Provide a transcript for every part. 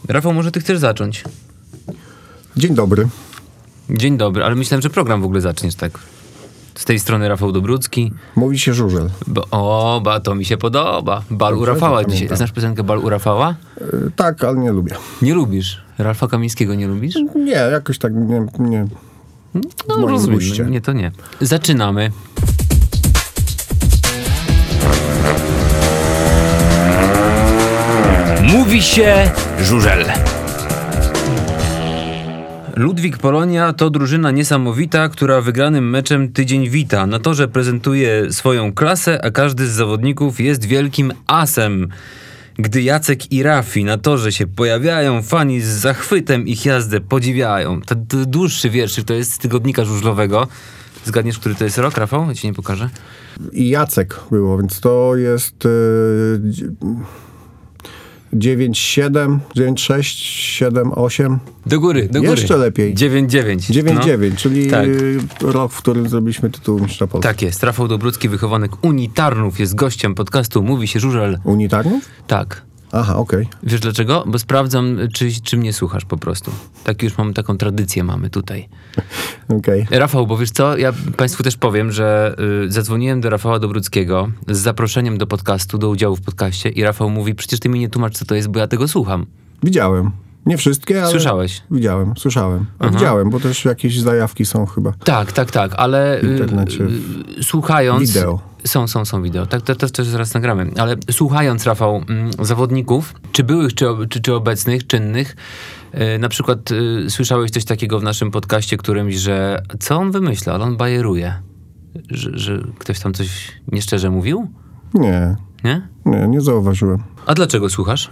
Rafał, może ty chcesz zacząć? Dzień dobry. Dzień dobry, ale myślałem, że program w ogóle zaczniesz tak. Z tej strony Rafał Dobrucki. Mówi się żużel. To mi się podoba. Bal Dobrze, u Rafała dzisiaj. pamiętam. Znasz piosenkę Bal u Rafała? Tak, ale nie lubię. Nie lubisz? Ralfa Kamińskiego nie lubisz? Nie, jakoś tak nie No w moim rozumiem, guście. nie, to nie. Zaczynamy. Mówi się żużel. Ludwik Polonia to drużyna niesamowita, która wygranym meczem tydzień wita. Na torze prezentuje swoją klasę, a każdy z zawodników jest wielkim asem. Gdy Jacek i Rafi na torze się pojawiają, fani z zachwytem ich jazdę podziwiają. To dłuższy wierszyk, to jest z tygodnika żużlowego. Zgadniesz, który to jest rok, Rafał? Ja ci nie pokażę. I Jacek było, więc to jest 9-7, 9-6, 7-8. Do góry. Jeszcze lepiej. 9-9. 9-9, czyli tak. Rok, w którym zrobiliśmy tytuł mistrza Polski. Tak jest. Rafał Dobrucki, wychowanek Unii Tarnów, jest gościem podcastu Mówi się żużel. Unii Tarnów? Tak. Aha, okej. Wiesz dlaczego? Bo sprawdzam, czy mnie słuchasz po prostu. Tak już taką tradycję mamy tutaj. Okej. Rafał, bo wiesz co? Ja państwu też powiem, że zadzwoniłem do Rafała Dobruckiego z zaproszeniem do podcastu, do udziału w podcaście i Rafał mówi, przecież ty mi nie tłumacz, co to jest, bo ja tego słucham. Widziałem. Nie wszystkie, ale... Słyszałeś? Słyszałem. A widziałem, bo też jakieś zajawki są chyba. Tak, ale W internecie. Słuchając... Wideo. Są wideo. Tak, to też zaraz nagramy. Ale słuchając, Rafał, zawodników, czy byłych, czy obecnych, czynnych, na przykład słyszałeś coś takiego w naszym podcaście którymś, że co on wymyśla, ale on bajeruje. Że ktoś tam coś nieszczerze mówił? Nie, nie zauważyłem. A dlaczego słuchasz?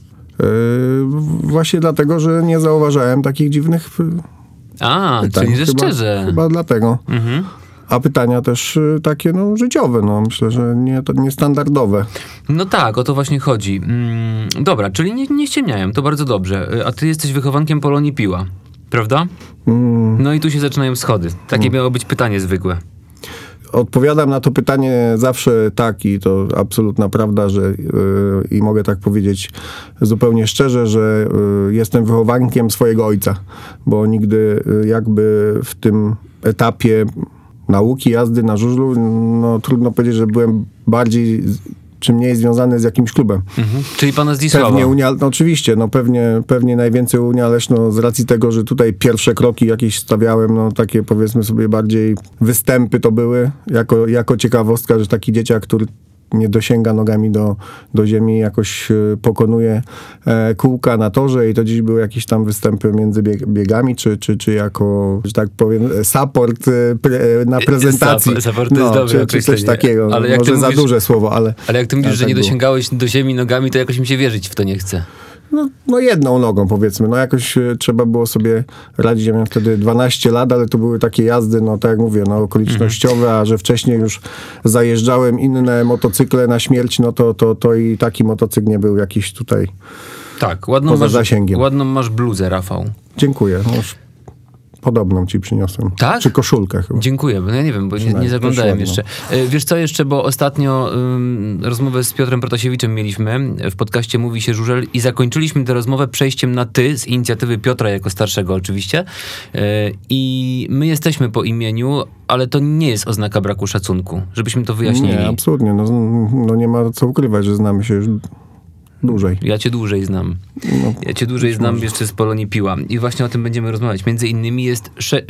Właśnie dlatego, że nie zauważałem takich dziwnych pytań. Czyli że szczerze. Chyba dlatego. Mhm. A pytania też takie życiowe, myślę, że niestandardowe. No tak, o to właśnie chodzi. Dobra, czyli nie ściemniałem, to bardzo dobrze. A ty jesteś wychowankiem Polonii Piła, prawda? No i tu się zaczynają schody. Takie miało być pytanie zwykłe. Odpowiadam na to pytanie zawsze tak i to absolutna prawda, że i mogę tak powiedzieć zupełnie szczerze, że jestem wychowankiem swojego ojca, bo nigdy jakby w tym etapie nauki jazdy na żużlu, trudno powiedzieć, że byłem bardziej czy mniej związany z jakimś klubem. Czyli pana Zdzisława. Pewnie oczywiście, pewnie najwięcej Unia Leszno z racji tego, że tutaj pierwsze kroki jakieś stawiałem, takie powiedzmy sobie bardziej występy to były, jako ciekawostka, że taki dzieciak, który nie dosięga nogami do ziemi, jakoś pokonuje kółka na torze i to dziś były jakieś tam występy między biegami, czy jako, że tak powiem, support na prezentacji. Support to jest dobre czy coś takiego. Ale może za duże słowo, ale... Ale jak ty mówisz, że tak nie było. dosięgałeś do ziemi nogami, to jakoś mi się wierzyć w to nie chce. No jedną nogą powiedzmy, jakoś trzeba było sobie radzić, ja miałem wtedy 12 lat, ale to były takie jazdy, tak jak mówię, okolicznościowe, a że wcześniej już zajeżdżałem inne motocykle na śmierć, to i taki motocykl nie był jakiś tutaj tak, poza zasięgiem. Ładną masz bluzę, Rafał. Dziękuję, już podobną ci przyniosłem. Tak? Czy koszulkę chyba. Dziękuję, bo ja nie wiem, bo nie zaglądałem jeszcze. Wiesz co jeszcze, bo ostatnio rozmowę z Piotrem Protasiewiczem mieliśmy w podcaście Mówi się żużel i zakończyliśmy tę rozmowę przejściem na ty z inicjatywy Piotra jako starszego oczywiście. I my jesteśmy po imieniu, ale to nie jest oznaka braku szacunku, żebyśmy to wyjaśnili. Nie, absolutnie. Nie ma co ukrywać, że znamy się już dłużej. Ja cię dłużej znam. Jeszcze z Polonii Piła. I właśnie o tym będziemy rozmawiać. Między innymi jest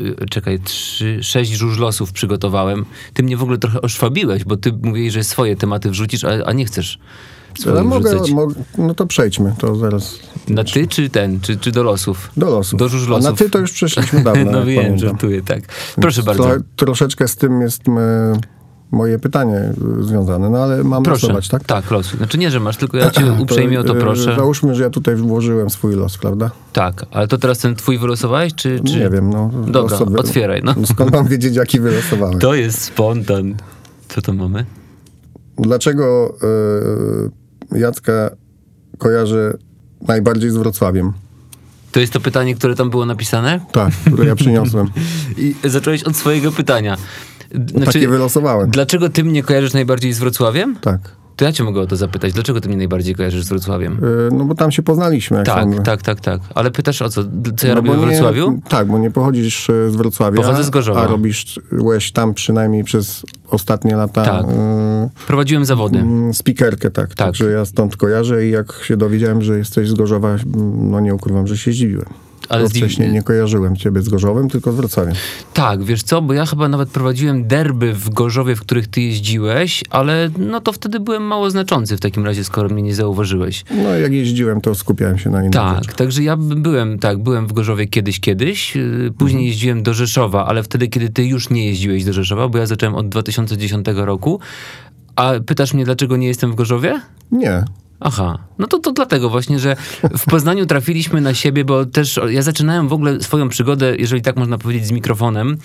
6 żużlosów przygotowałem. Ty mnie w ogóle trochę oszwabiłeś, bo ty mówiłeś, że swoje tematy wrzucisz, a nie chcesz swoich wrzucać. To przejdźmy, to zaraz. Na ty czy do losów? Do losów. Do żużlosów. A na ty to już przeszliśmy dawno. No wiem, żartuję, tak. Proszę bardzo. Troszeczkę z tym jest moje pytanie związane, ale mam losować, tak? Tak, losuj. Znaczy nie, że masz, tylko ja cię uprzejmie o to proszę. Załóżmy, że ja tutaj włożyłem swój los, prawda? Tak, ale to teraz ten twój wylosowałeś, czy... Nie wiem, Dobra, otwieraj, Skąd mam wiedzieć, jaki wylosowałem? To jest spontan. Co to mamy? Dlaczego Jacka kojarzę najbardziej z Wrocławiem? To jest to pytanie, które tam było napisane? Tak, które ja przyniosłem. I zacząłeś od swojego pytania. Takie wylosowałem. Dlaczego ty mnie kojarzysz najbardziej z Wrocławiem? Tak. To ja cię mogę o to zapytać. Dlaczego ty mnie najbardziej kojarzysz z Wrocławiem? No bo tam się poznaliśmy. Jak sądzę. Tak. Ale pytasz o co? Co ja robię bo we Wrocławiu? Tak, bo nie pochodzisz z Wrocławia. Pochodzę z Gorzowa. A robiłeś tam przynajmniej przez ostatnie lata Tak. Prowadziłem zawody. Speakerkę, tak. Także ja stąd kojarzę i jak się dowiedziałem, że jesteś z Gorzowa, no nie ukrywam, że się zdziwiłem. Ale wcześniej nie kojarzyłem ciebie z Gorzowem, tylko z Wrocławiem. Tak, wiesz co, bo ja chyba nawet prowadziłem derby w Gorzowie, w których ty jeździłeś, ale no to wtedy byłem mało znaczący w takim razie, skoro mnie nie zauważyłeś. No jak jeździłem, to skupiałem się na innych rzeczach. Także ja byłem w Gorzowie kiedyś. Później jeździłem do Rzeszowa, ale wtedy, kiedy ty już nie jeździłeś do Rzeszowa, bo ja zacząłem od 2010 roku. A pytasz mnie, dlaczego nie jestem w Gorzowie? Nie. Aha, no to dlatego właśnie, że w Poznaniu trafiliśmy na siebie, bo też ja zaczynałem w ogóle swoją przygodę, jeżeli tak można powiedzieć, z mikrofonem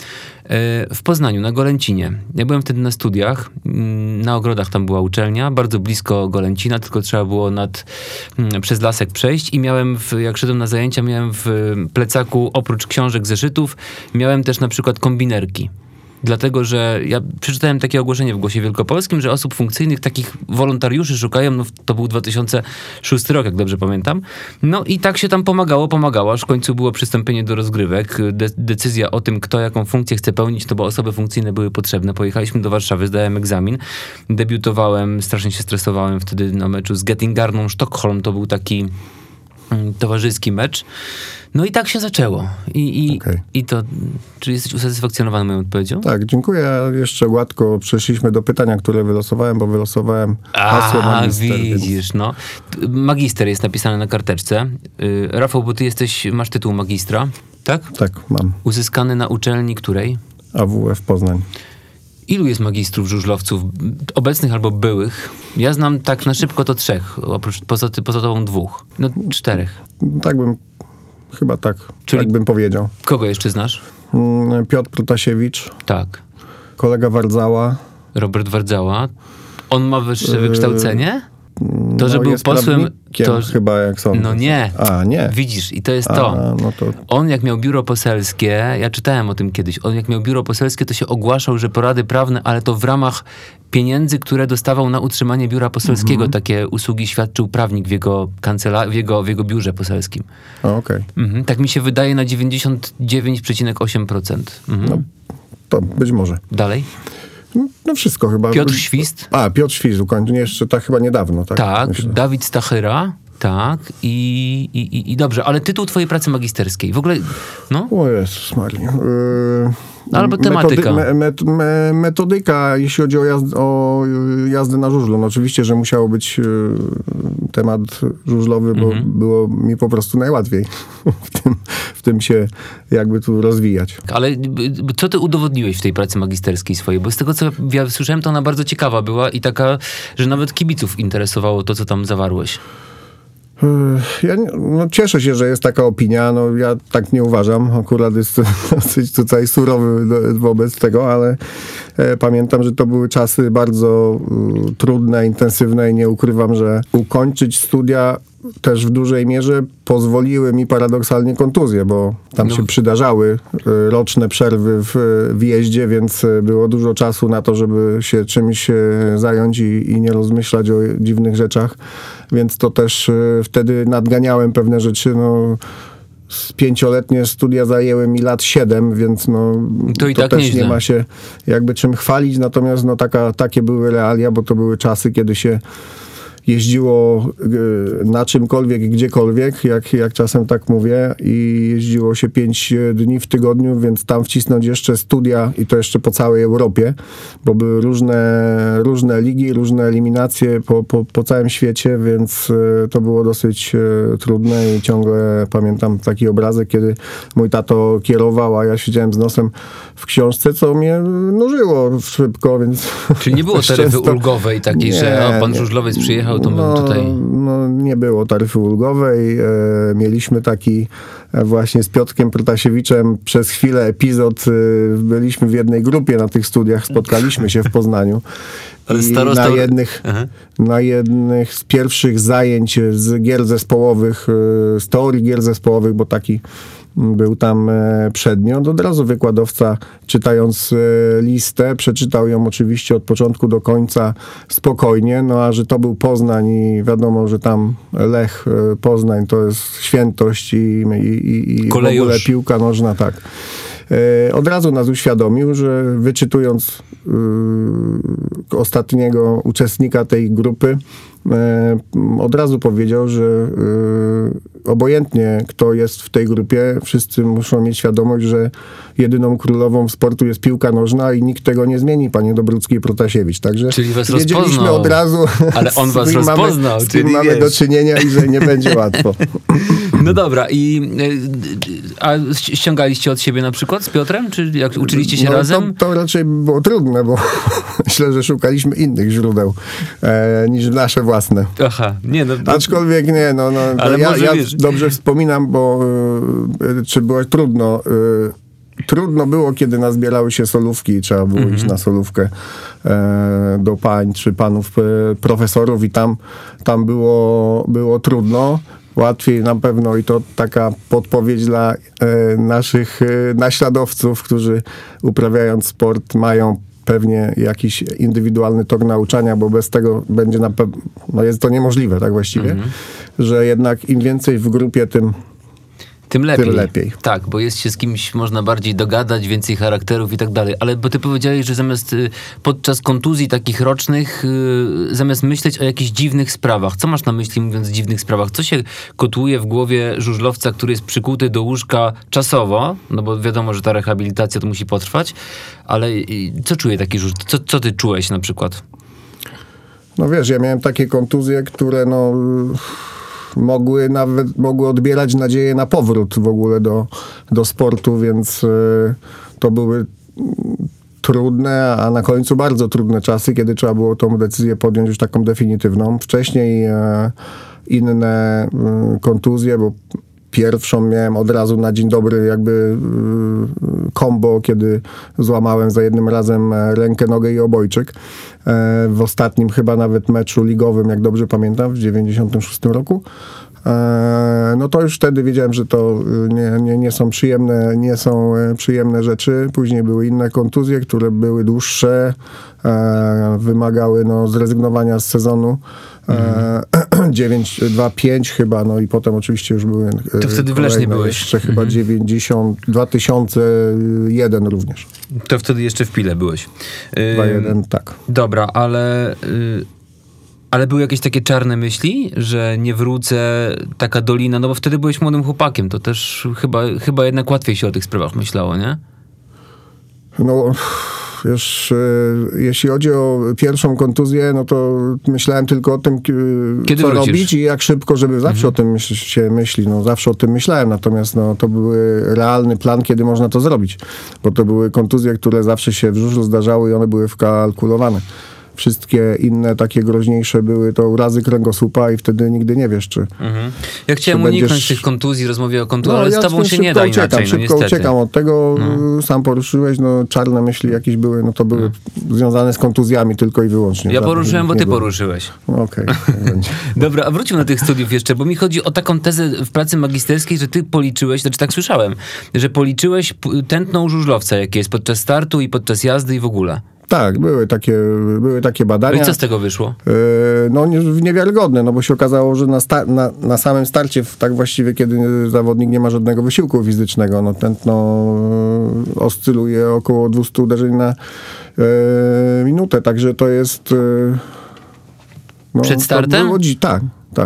w Poznaniu, na Golęcinie. Ja byłem wtedy na studiach, na Ogrodach tam była uczelnia, bardzo blisko Golęcina, tylko trzeba było przez lasek przejść i jak szedłem na zajęcia, miałem w plecaku oprócz książek, zeszytów, miałem też na przykład kombinerki. Dlatego, że ja przeczytałem takie ogłoszenie w Głosie Wielkopolskim, że osób funkcyjnych, takich wolontariuszy szukają, no to był 2006 rok, jak dobrze pamiętam. No i tak się tam pomagało, aż w końcu było przystąpienie do rozgrywek. Decyzja o tym, kto jaką funkcję chce pełnić, to bo osoby funkcyjne były potrzebne. Pojechaliśmy do Warszawy, zdałem egzamin, debiutowałem, strasznie się stresowałem wtedy na meczu z Gettingarną Sztokholm, to był taki towarzyski mecz. No i tak się zaczęło. I to, czy jesteś usatysfakcjonowany moją odpowiedzią? Tak, dziękuję. Jeszcze gładko przeszliśmy do pytania, które wylosowałem, bo wylosowałem hasło magister. Widzisz, więc... no. Magister jest napisane na karteczce. Rafał, bo ty masz tytuł magistra, tak? Tak, mam. Uzyskany na uczelni której? AWF Poznań. Ilu jest magistrów żużlowców? Obecnych albo byłych? Ja znam tak na szybko to 3, poza tobą 2. No 4. Chyba tak, Czyli tak bym powiedział. Kogo jeszcze znasz? Piotr Protasiewicz. Tak. Kolega Wardzała. Robert Wardzała. On ma wyższe wykształcenie? To, że był jest posłem... To chyba, jak sądzę. No nie. A, nie. Widzisz, i to jest to. No to. On jak miał biuro poselskie, ja czytałem o tym kiedyś, on jak miał biuro poselskie, to się ogłaszał, że porady prawne, ale to w ramach pieniędzy, które dostawał na utrzymanie biura poselskiego. Takie usługi świadczył prawnik w jego w jego biurze poselskim. Okej. Tak mi się wydaje na 99,8%. No, to być może. Dalej? No wszystko chyba. Piotr Świst. Piotr Świst ukończył. Jeszcze tak chyba niedawno. Tak, myślę. Dawid Stachyra. Tak. I dobrze, ale tytuł twojej pracy magisterskiej. W ogóle, no? O Jezus Maria. Albo tematyka. Metodyka, jeśli chodzi o jazdę na żużlu. No oczywiście, że musiał być temat żużlowy, bo było mi po prostu najłatwiej w tym się jakby tu rozwijać. Ale co ty udowodniłeś w tej pracy magisterskiej swojej? Bo z tego, co ja słyszałem, to ona bardzo ciekawa była i taka, że nawet kibiców interesowało to, co tam zawarłeś. Ja cieszę się, że jest taka opinia. No, ja tak nie uważam. Akurat jest dosyć tutaj surowy wobec tego, ale pamiętam, że to były czasy bardzo trudne, intensywne i nie ukrywam, że ukończyć studia też w dużej mierze pozwoliły mi paradoksalnie kontuzje, bo tam się przydarzały roczne przerwy w jeździe, więc było dużo czasu na to, żeby się czymś zająć i nie rozmyślać o dziwnych rzeczach. Więc to też wtedy nadganiałem pewne rzeczy. No, 5-letnie studia zajęły mi lat 7, więc to i tak też nieźle. Nie ma się jakby czym chwalić. Natomiast takie były realia, bo to były czasy, kiedy się jeździło na czymkolwiek i gdziekolwiek, jak czasem tak mówię, i jeździło się 5 dni w tygodniu, więc tam wcisnąć jeszcze studia i to jeszcze po całej Europie, bo były różne ligi, różne eliminacje po całym świecie, więc to było dosyć trudne i ciągle pamiętam taki obrazek, kiedy mój tato kierował, a ja siedziałem z nosem w książce, co mnie nużyło szybko, więc... Czyli nie było taryfy ulgowej takiej, że pan żużlowiec przyjechał, to my tutaj... No nie było taryfy ulgowej. Mieliśmy taki właśnie z Piotrkiem Protasiewiczem przez chwilę epizod. Byliśmy w jednej grupie na tych studiach, spotkaliśmy się w Poznaniu Ale I starosta... na jednych z pierwszych zajęć z gier zespołowych, z teorii gier zespołowych, bo taki był tam przedmiot, od razu wykładowca, czytając listę, przeczytał ją oczywiście od początku do końca spokojnie, no a że to był Poznań i wiadomo, że tam Lech Poznań to jest świętość i w ogóle piłka nożna, tak. Od razu nas uświadomił, że wyczytując ostatniego uczestnika tej grupy, od razu powiedział, że obojętnie kto jest w tej grupie, wszyscy muszą mieć świadomość, że jedyną królową sportu jest piłka nożna i nikt tego nie zmieni, panie Dobrucki i Protasiewicz. Także czyli was wiedzieliśmy rozpoznał. od razu, ale on was rozpoznał, z kim mamy do czynienia i że nie będzie łatwo. No dobra, a ściągaliście od siebie na przykład z Piotrem? Czy jak uczyliście się razem? To raczej było trudne, bo myślę, że szukaliśmy innych źródeł niż nasze własne. Aha, nie no. Aczkolwiek nie, ale ja wiesz... dobrze wspominam, bo czy było trudno. Trudno było, kiedy nazbierały się solówki i trzeba było iść na solówkę do pań czy panów profesorów i tam było trudno. Łatwiej na pewno i to taka podpowiedź dla naszych naśladowców, którzy uprawiając sport mają pewnie jakiś indywidualny tok nauczania, bo bez tego będzie na pewno, jest to niemożliwe, tak właściwie, że jednak im więcej w grupie, tym lepiej. Tak, bo jest się z kimś, można bardziej dogadać, więcej charakterów i tak dalej. Ale bo ty powiedziałeś, że zamiast podczas kontuzji takich rocznych, zamiast myśleć o jakichś dziwnych sprawach, co masz na myśli mówiąc o dziwnych sprawach? Co się kotłuje w głowie żużlowca, który jest przykuty do łóżka czasowo? No bo wiadomo, że ta rehabilitacja to musi potrwać, ale co czuje taki żużl? Co ty czułeś na przykład? No wiesz, ja miałem takie kontuzje, które mogły odbierać nadzieję na powrót w ogóle do sportu, więc to były trudne, a na końcu bardzo trudne czasy, kiedy trzeba było tą decyzję podjąć już taką definitywną. Wcześniej inne kontuzje, bo pierwszą miałem od razu na dzień dobry jakby combo, kiedy złamałem za jednym razem rękę, nogę i obojczyk. W ostatnim chyba nawet meczu ligowym, jak dobrze pamiętam, w 96 roku. No to już wtedy wiedziałem, że to nie są przyjemne rzeczy. Później były inne kontuzje, które były dłuższe, wymagały zrezygnowania z sezonu. 9-2-5 chyba, no i potem oczywiście już były to wtedy w Lesznie byłeś. Jeszcze chyba 2001 również. To wtedy jeszcze w Pile byłeś. 2-1, tak. Dobra, ale były jakieś takie czarne myśli, że nie wrócę, taka dolina, no bo wtedy byłeś młodym chłopakiem, to też chyba jednak łatwiej się o tych sprawach myślało, nie? No, już jeśli chodzi o pierwszą kontuzję, no to myślałem tylko o tym, kiedy co wrócisz? robić i jak szybko, żeby zawsze o tym się myśli. No, zawsze o tym myślałem, natomiast to był realny plan, kiedy można to zrobić. Bo to były kontuzje, które zawsze się w żużlu zdarzały i one były wkalkulowane. Wszystkie inne takie groźniejsze były to urazy kręgosłupa i wtedy nigdy nie wiesz, czy... Ja chciałem uniknąć tych kontuzji, rozmowie o kontuzji, ale z tobą się nie da inaczej, Szybko uciekam od tego, sam poruszyłeś, czarne myśli jakieś były, to były związane z kontuzjami tylko i wyłącznie. Ja poruszyłem, bo ty poruszyłeś. Okej. Dobra, a wróćmy do tych studiów jeszcze, bo mi chodzi o taką tezę w pracy magisterskiej, że ty policzyłeś, znaczy tak słyszałem, że policzyłeś tętno żużlowca, jakie jest podczas startu i podczas jazdy i w ogóle. Tak, były takie badania. No i co z tego wyszło? Niewiarygodne, bo się okazało, że na samym starcie, tak właściwie, kiedy zawodnik nie ma żadnego wysiłku fizycznego, tętno oscyluje około 200 uderzeń na minutę, tak, to jest... Przed startem? Tak.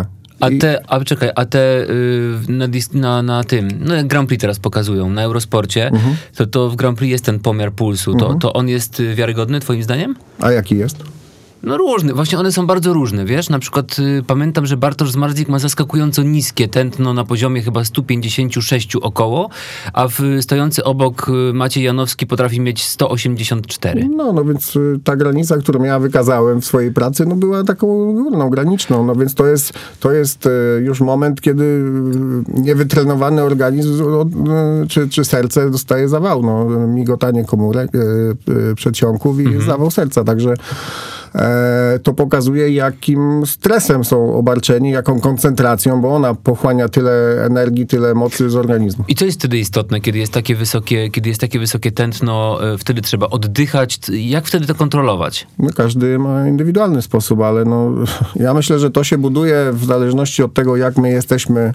A te na tym, Grand Prix teraz pokazują, na Eurosporcie, to w Grand Prix jest ten pomiar pulsu, to on jest wiarygodny twoim zdaniem? A jaki jest? No różny, właśnie one są bardzo różne, wiesz, na przykład pamiętam, że Bartosz Zmarzlik ma zaskakująco niskie tętno na poziomie chyba 156 około, a stojący obok Maciej Janowski potrafi mieć 184. No więc ta granica, którą ja wykazałem w swojej pracy, była taką górną, graniczną, więc to jest już moment, kiedy niewytrenowany organizm czy serce dostaje zawału, migotanie komórek, przedsionków i zawał serca, także to pokazuje, jakim stresem są obarczeni, jaką koncentracją, bo ona pochłania tyle energii, tyle mocy z organizmu. I co jest wtedy istotne, kiedy jest takie wysokie tętno, wtedy trzeba oddychać. Jak wtedy to kontrolować? No, każdy ma indywidualny sposób, ale no, ja myślę, że to się buduje w zależności od tego, jak my jesteśmy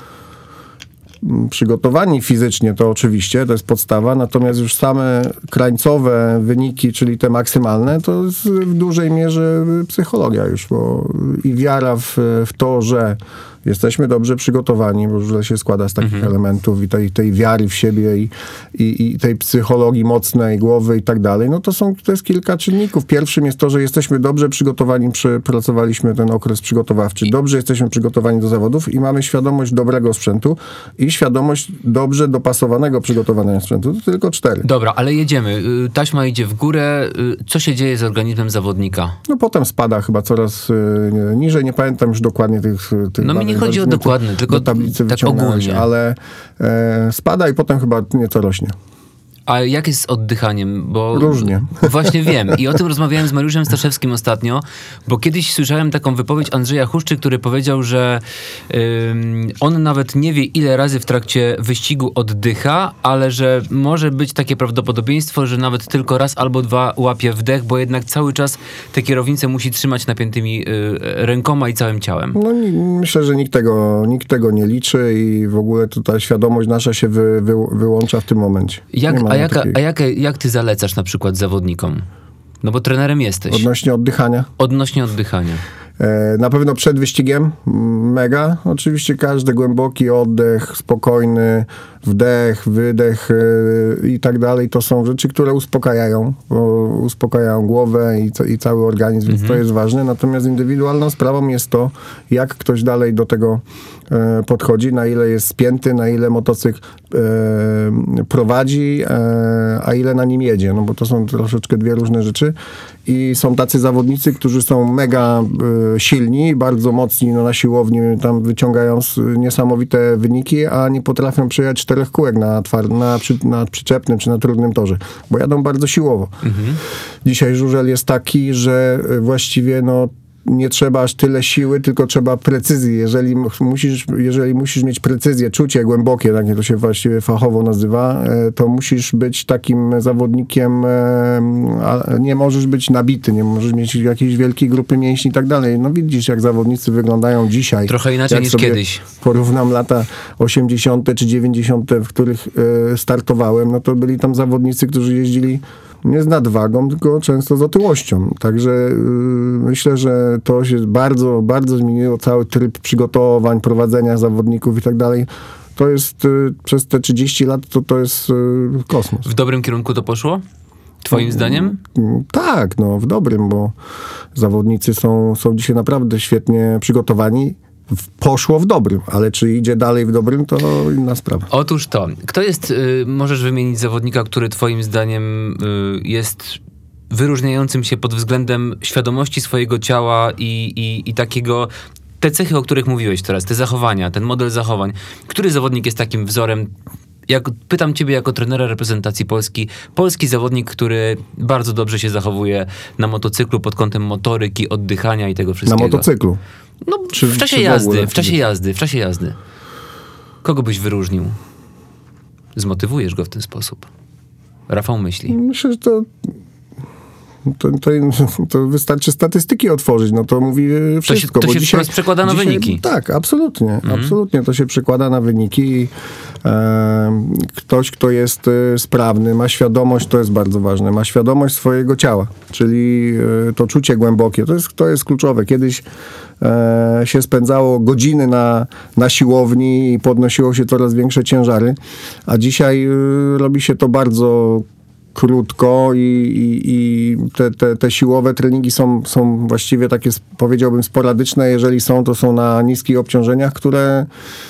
przygotowani fizycznie, to oczywiście, to jest podstawa, natomiast już same krańcowe wyniki, czyli te maksymalne, to jest w dużej mierze psychologia już, bo i wiara w to, że jesteśmy dobrze przygotowani, bo źle się składa z takich elementów i tej wiary w siebie i tej psychologii mocnej głowy i tak dalej, no to jest kilka czynników. Pierwszym jest to, że jesteśmy dobrze przygotowani, przepracowaliśmy ten okres przygotowawczy, dobrze jesteśmy przygotowani do zawodów i mamy świadomość dobrego sprzętu i świadomość dobrze dopasowanego przygotowania sprzętu. To tylko 4. Dobra, ale jedziemy. Taśma idzie w górę. Co się dzieje z organizmem zawodnika? No potem spada chyba coraz niżej, nie pamiętam już dokładnie tych No mi nie chodzi o dokładny, tylko tablicy tak ogólnie. Ale spada i potem chyba nieco rośnie. A jak jest z oddychaniem? Bo Różnie. Właśnie wiem. I o tym rozmawiałem z Mariuszem Staszewskim ostatnio, bo kiedyś słyszałem taką wypowiedź Andrzeja Huszczy, który powiedział, że on nawet nie wie, ile razy w trakcie wyścigu oddycha, ale że może być takie prawdopodobieństwo, że nawet tylko raz albo 2 łapie wdech, bo jednak cały czas tę kierownicę musi trzymać napiętymi rękoma i całym ciałem. No myślę, że nikt tego nie liczy i w ogóle tutaj świadomość nasza się wyłącza w tym momencie. Jak ty zalecasz na przykład zawodnikom? No bo trenerem jesteś. Odnośnie oddychania? Odnośnie oddychania. Na pewno przed wyścigiem mega. Oczywiście każdy głęboki oddech, spokojny wdech, wydech i tak dalej. To są rzeczy, które uspokajają głowę i cały organizm, więc to jest ważne. Natomiast indywidualną sprawą jest to, jak ktoś dalej do tego podchodzi, na ile jest spięty, na ile motocykl prowadzi, a ile na nim jedzie. No bo to są troszeczkę 2 różne rzeczy. I są tacy zawodnicy, którzy są mega silni, bardzo mocni na siłowni, tam wyciągają niesamowite wyniki, a nie potrafią przejechać 4 kółek na przyczepnym czy na trudnym torze, bo jadą bardzo siłowo. Dzisiaj żużel jest taki, że właściwie nie trzeba aż tyle siły, tylko trzeba precyzji. Jeżeli musisz mieć precyzję, czucie głębokie, takie to się właściwie fachowo nazywa, to musisz być takim zawodnikiem, nie możesz być nabity, nie możesz mieć jakiejś wielkiej grupy mięśni i tak dalej. No widzisz, jak zawodnicy wyglądają dzisiaj. Trochę inaczej niż kiedyś. Porównam lata 80. czy 90., w których startowałem, no to byli tam zawodnicy, którzy jeździli nie z nadwagą, tylko często z otyłością. Także myślę, że to się bardzo, bardzo zmieniło, cały tryb przygotowań, prowadzenia zawodników i tak dalej. To jest przez te 30 lat to jest kosmos. W dobrym kierunku to poszło? Twoim zdaniem? Tak, w dobrym, bo zawodnicy są dzisiaj naprawdę świetnie przygotowani. Poszło w dobrym, ale czy idzie dalej w dobrym, to inna sprawa. Otóż to. Kto jest, możesz wymienić zawodnika, który twoim zdaniem jest wyróżniającym się pod względem świadomości swojego ciała i takiego, te cechy, o których mówiłeś teraz, te zachowania, ten model zachowań. Który zawodnik jest takim wzorem? Pytam ciebie jako trenera reprezentacji Polski, polski zawodnik, który bardzo dobrze się zachowuje na motocyklu pod kątem motoryki, oddychania i tego wszystkiego. Na motocyklu? No, w czasie jazdy. Kogo byś wyróżnił? Zmotywujesz go w ten sposób. Rafał myśli. Myślę, że to wystarczy statystyki otworzyć, to mówi wszystko. To się przekłada na wyniki. Tak, absolutnie. Absolutnie to się przekłada na wyniki. Ktoś, kto jest sprawny, ma świadomość, to jest bardzo ważne, ma świadomość swojego ciała, czyli to czucie głębokie, to jest kluczowe. Kiedyś się spędzało godziny na siłowni i podnosiło się coraz większe ciężary, a dzisiaj robi się to bardzo krótko i te siłowe treningi są właściwie takie, powiedziałbym, sporadyczne. Jeżeli są, to są na niskich obciążeniach, które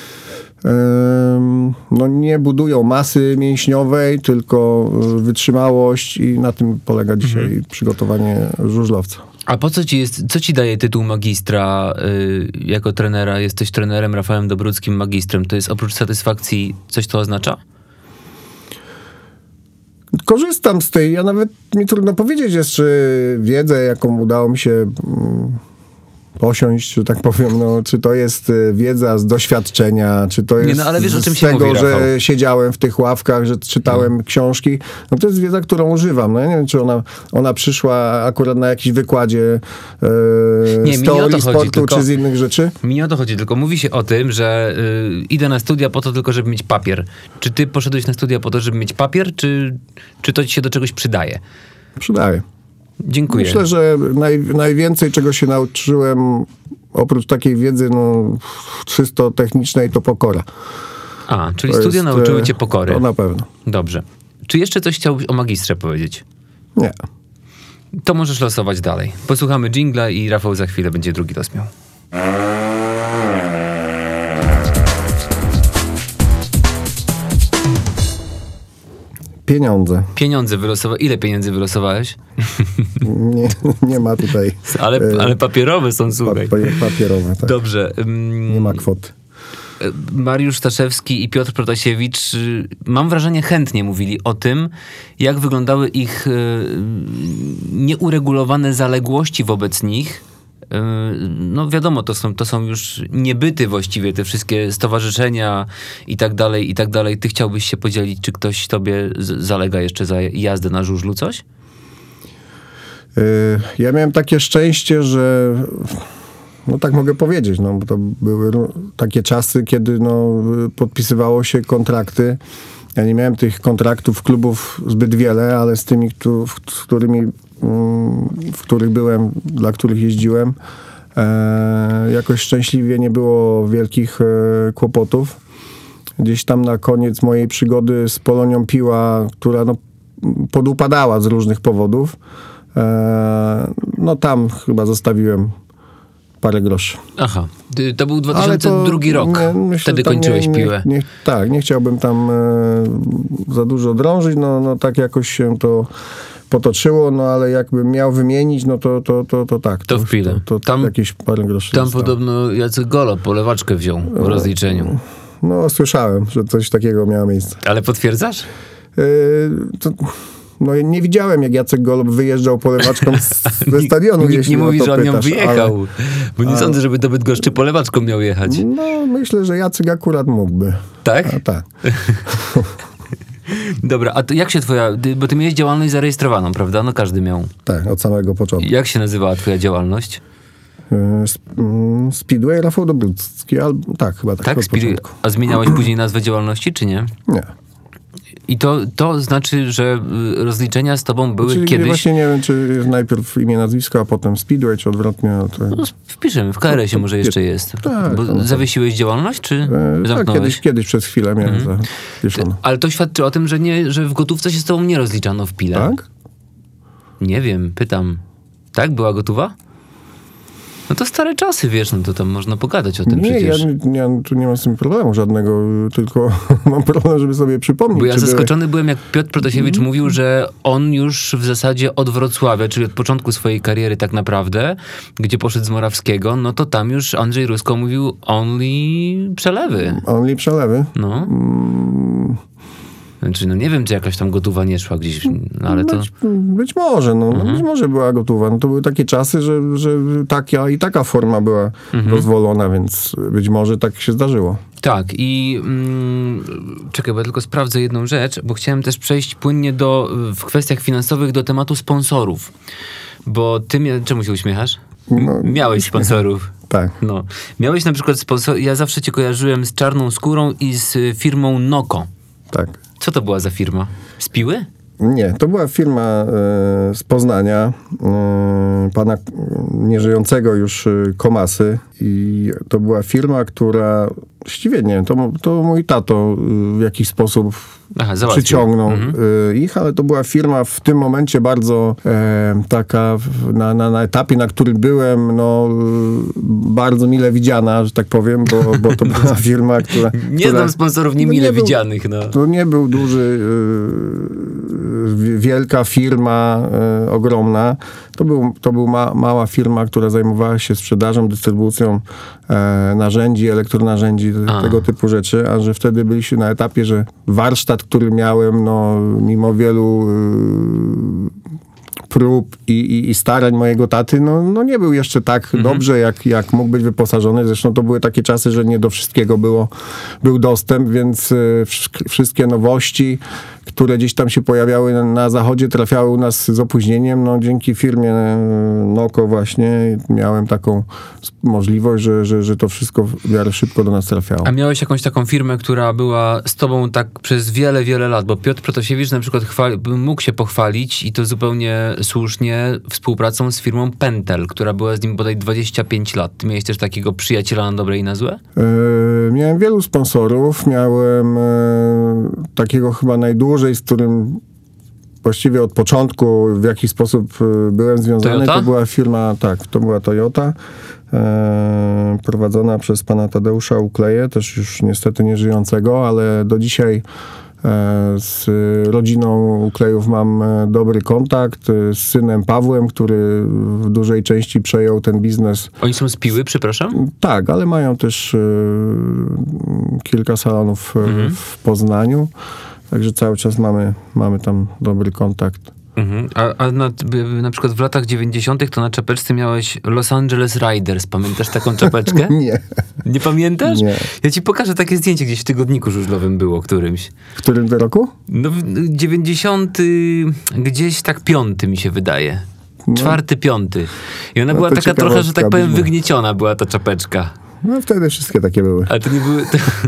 nie budują masy mięśniowej, tylko wytrzymałość i na tym polega dzisiaj przygotowanie żużlowca. A co ci daje tytuł magistra jako trenera? Jesteś trenerem Rafałem Dobruckim, magistrem. To jest oprócz satysfakcji coś to oznacza? korzystam z tej, ja nawet mi trudno powiedzieć jeszcze wiedzę, jaką udało mi się posiąść, że tak powiem, no, czy to jest wiedza z doświadczenia, czy to jest ale wiesz, o czym z się tego, mówi, Rafał. że siedziałem w tych ławkach, że czytałem książki. No to jest wiedza, którą używam. No ja nie wiem, czy ona przyszła akurat na jakimś wykładzie Nie, z mi nie o to teorii chodzi, sportu, tylko- czy z innych rzeczy. Mi nie o to chodzi, tylko mówi się o tym, że idę na studia po to tylko, żeby mieć papier. Czy ty poszedłeś na studia po to, żeby mieć papier, czy to ci się do czegoś przydaje? Przydaje. Dziękuję. Myślę, że najwięcej, czego się nauczyłem, oprócz takiej wiedzy czysto technicznej, to pokora. Czyli To studia jest, nauczyły cię pokory. To na pewno. Dobrze. Czy jeszcze coś chciałbyś o magistrze powiedzieć? Nie. To możesz losować dalej. Posłuchamy dżingla i Rafał za chwilę będzie drugi los miał. Pieniądze. Pieniądze wylosowałeś. Ile pieniędzy wylosowałeś? Nie ma tutaj Ale papierowe są, słuchaj. papierowe. Tak. Dobrze. Nie ma kwoty. Mariusz Staszewski i Piotr Protasiewicz, mam wrażenie, chętnie mówili o tym, jak wyglądały ich nieuregulowane zaległości wobec nich. No wiadomo, to są już niebyty właściwie, te wszystkie stowarzyszenia i tak dalej, i tak dalej. Ty chciałbyś się podzielić, czy ktoś tobie zalega jeszcze za jazdę na żużlu coś? Ja miałem takie szczęście, że no tak mogę powiedzieć, no bo to były takie czasy, kiedy podpisywało się kontrakty. Ja nie miałem tych kontraktów klubów zbyt wiele, ale z tymi, w których byłem, dla których jeździłem, jakoś szczęśliwie nie było wielkich kłopotów. Gdzieś tam na koniec mojej przygody z Polonią Piła, która podupadała z różnych powodów, tam chyba zostawiłem parę groszy. Aha, to był 2002 rok. Wtedy kończyłeś Piłę. Nie chciałbym tam za dużo drążyć, tak jakoś się to potoczyło, ale jakbym miał wymienić, to tak. To w Pile. Tam jakieś parę groszy tam zostało. podobno Jacek Golob polewaczkę wziął w rozliczeniu. Słyszałem, że coś takiego miało miejsce. Ale potwierdzasz? Nie widziałem, jak Jacek Golob wyjeżdżał polewaczką ze stadionu. Nikt jeśli nie o mówi, to że on nią pytasz, wyjechał. Bo nie sądzę, żeby do Bydgoszczy polewaczką miał jechać. Myślę, że Jacek akurat mógłby. Tak? Tak. Dobra, a to jak się bo ty miałeś działalność zarejestrowaną, prawda? No każdy miał. Tak, od samego początku. Jak się nazywała twoja działalność? Speedway Rafał Dobrucki, tak, chyba tak. Tak, Speedway. A zmieniałeś później nazwę działalności, czy nie? Nie. I to znaczy, że rozliczenia z tobą były Czyli kiedyś... Właśnie nie wiem, czy jest najpierw imię, nazwisko, a potem Speedway, czy odwrotnie. To... Wpiszemy, w KRS-ie może jeszcze jest. Tak. Bo zawiesiłeś działalność, czy zamknąłeś? Tak, kiedyś przez chwilę miałem zawieszono. Ale to świadczy o tym, że w gotówce się z tobą nie rozliczano w Pile. Tak? Nie wiem, pytam. Tak? Była gotowa? No to stare czasy, wiesz, to tam można pogadać o tym przecież. Ja tu nie mam z tym problemu żadnego, tylko mam problem, żeby sobie przypomnieć. Bo ja zaskoczony byłem, jak Piotr Protasiewicz mówił, że on już w zasadzie od Wrocławia, czyli od początku swojej kariery tak naprawdę, gdzie poszedł z Morawskiego, no to tam już Andrzej Rusko mówił only przelewy. Only przelewy? No. Znaczy, nie wiem, czy jakaś tam gotowa nie szła gdzieś, ale to... Być może, być może była gotowa. To były takie czasy, że taka forma była dozwolona, więc być może tak się zdarzyło. Tak i czekaj, bo ja tylko sprawdzę jedną rzecz, bo chciałem też przejść płynnie w kwestiach finansowych do tematu sponsorów. Bo ty czemu się uśmiechasz? Miałeś sponsorów. Tak. Miałeś na przykład ja zawsze cię kojarzyłem z Czarną Skórą i z firmą Noko. Tak. Co to była za firma? Z Piły? Nie, to była firma z Poznania, pana nieżyjącego już Komasy i to była firma, która właściwie nie wiem, to mój tato w jakiś sposób przyciągnął ich, ale to była firma w tym momencie bardzo taka na etapie, na którym byłem, bardzo mile widziana, że tak powiem, bo to była firma, która... Nie znam sponsorów niemile widzianych. To nie był duży wielka firma, ogromna. To był mała firma, która zajmowała się sprzedażą, dystrybucją narzędzi, elektronarzędzi, tego typu rzeczy, a że wtedy byliśmy na etapie, że warsztat, który miałem, no mimo wielu prób i starań mojego taty, no nie był jeszcze tak dobrze, jak mógł być wyposażony. Zresztą to były takie czasy, że nie do wszystkiego był dostęp, więc wszystkie nowości, które gdzieś tam się pojawiały na zachodzie, trafiały u nas z opóźnieniem. No dzięki firmie Noko właśnie miałem taką możliwość, że to wszystko w miarę szybko do nas trafiało. A miałeś jakąś taką firmę, która była z tobą tak przez wiele, wiele lat, bo Piotr Protasiewicz na przykład mógł się pochwalić i to zupełnie słusznie współpracą z firmą Pentel, która była z nim bodaj 25 lat. Ty miałeś też takiego przyjaciela na dobre i na złe? Miałem wielu sponsorów. Miałem takiego chyba najdłużej, z którym właściwie od początku w jakiś sposób byłem związany. Toyota? To była firma, tak, to była Toyota, prowadzona przez pana Tadeusza Ukleję, też już niestety nieżyjącego, ale do dzisiaj z rodziną Uklejów mam dobry kontakt, z synem Pawłem, który w dużej części przejął ten biznes. Oni są z Piły, przepraszam? Tak, ale mają też kilka salonów w Poznaniu, także cały czas mamy tam dobry kontakt. A na przykład w latach 90. to na czapeczce miałeś Los Angeles Riders. Pamiętasz taką czapeczkę? Nie. Nie pamiętasz? Nie. Ja ci pokażę takie zdjęcie, gdzieś w tygodniku żużlowym było którymś. W którym to roku? No 90. gdzieś tak 5 mi się wydaje. 4., 5. I ona była taka trochę, że tak powiem, wygnieciona była ta czapeczka. No wtedy wszystkie takie były. Ale to nie były...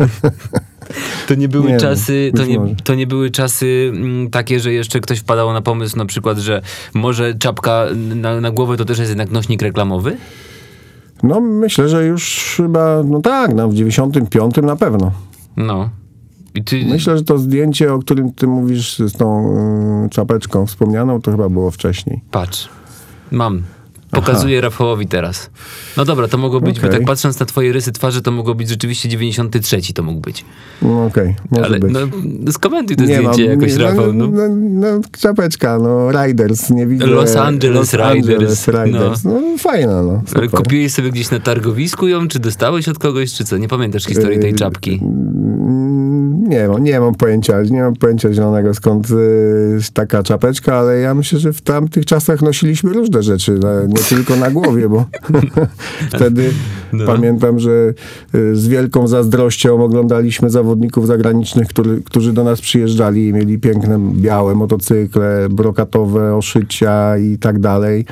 To nie były nie czasy, wiem, to nie były czasy takie, że jeszcze ktoś wpadał na pomysł na przykład, że może czapka na głowę to też jest jednak nośnik reklamowy? No myślę, że już chyba, no tak, w 95 na pewno. No. Myślę, że to zdjęcie, o którym ty mówisz z tą czapeczką wspomnianą, to chyba było wcześniej. Patrz, mam. Pokazuję Rafałowi teraz. No dobra, to mogło być, tak patrząc na twoje rysy twarzy, to mogło być rzeczywiście 93 to mógł być. No okej, może ale być. No skomentuj to zdjęcie jakoś, Rafał. No czapeczka, Riders, nie widzę. Los Angeles Riders. No fajna, no. Ale kupiłeś sobie gdzieś na targowisku ją, czy dostałeś od kogoś, czy co? Nie pamiętasz historii tej czapki? Nie mam pojęcia zielonego, skąd taka czapeczka, ale ja myślę, że w tamtych czasach nosiliśmy różne rzeczy, nie tylko na głowie, bo wtedy pamiętam, że z wielką zazdrością oglądaliśmy zawodników zagranicznych, którzy do nas przyjeżdżali i mieli piękne białe motocykle, brokatowe oszycia i tak dalej.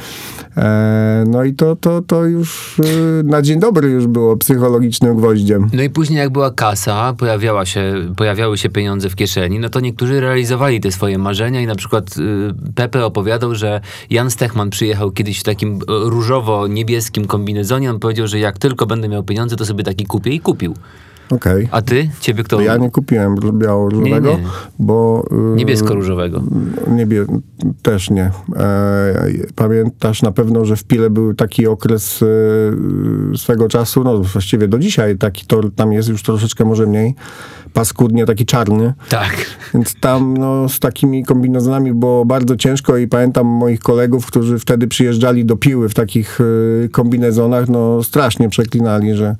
No i to już na dzień dobry już było psychologicznym gwoździem. No i później jak była kasa, pojawiały się pieniądze w kieszeni, no to niektórzy realizowali te swoje marzenia i na przykład Pepe opowiadał, że Jan Stechman przyjechał kiedyś w takim różowo-niebieskim kombinezonie. On powiedział, że jak tylko będę miał pieniądze, to sobie taki kupię i kupił. Okay. A ty? Ciebie kto? Ja nie kupiłem biało-różowego, bo... Niebiesko-różowego. Też nie. Pamiętasz na pewno, że w Pile był taki okres swego czasu, no właściwie do dzisiaj taki tor tam jest już troszeczkę może mniej, paskudnie, taki czarny. Tak. Więc tam z takimi kombinezonami było bardzo ciężko i pamiętam moich kolegów, którzy wtedy przyjeżdżali do Piły w takich kombinezonach, strasznie przeklinali, że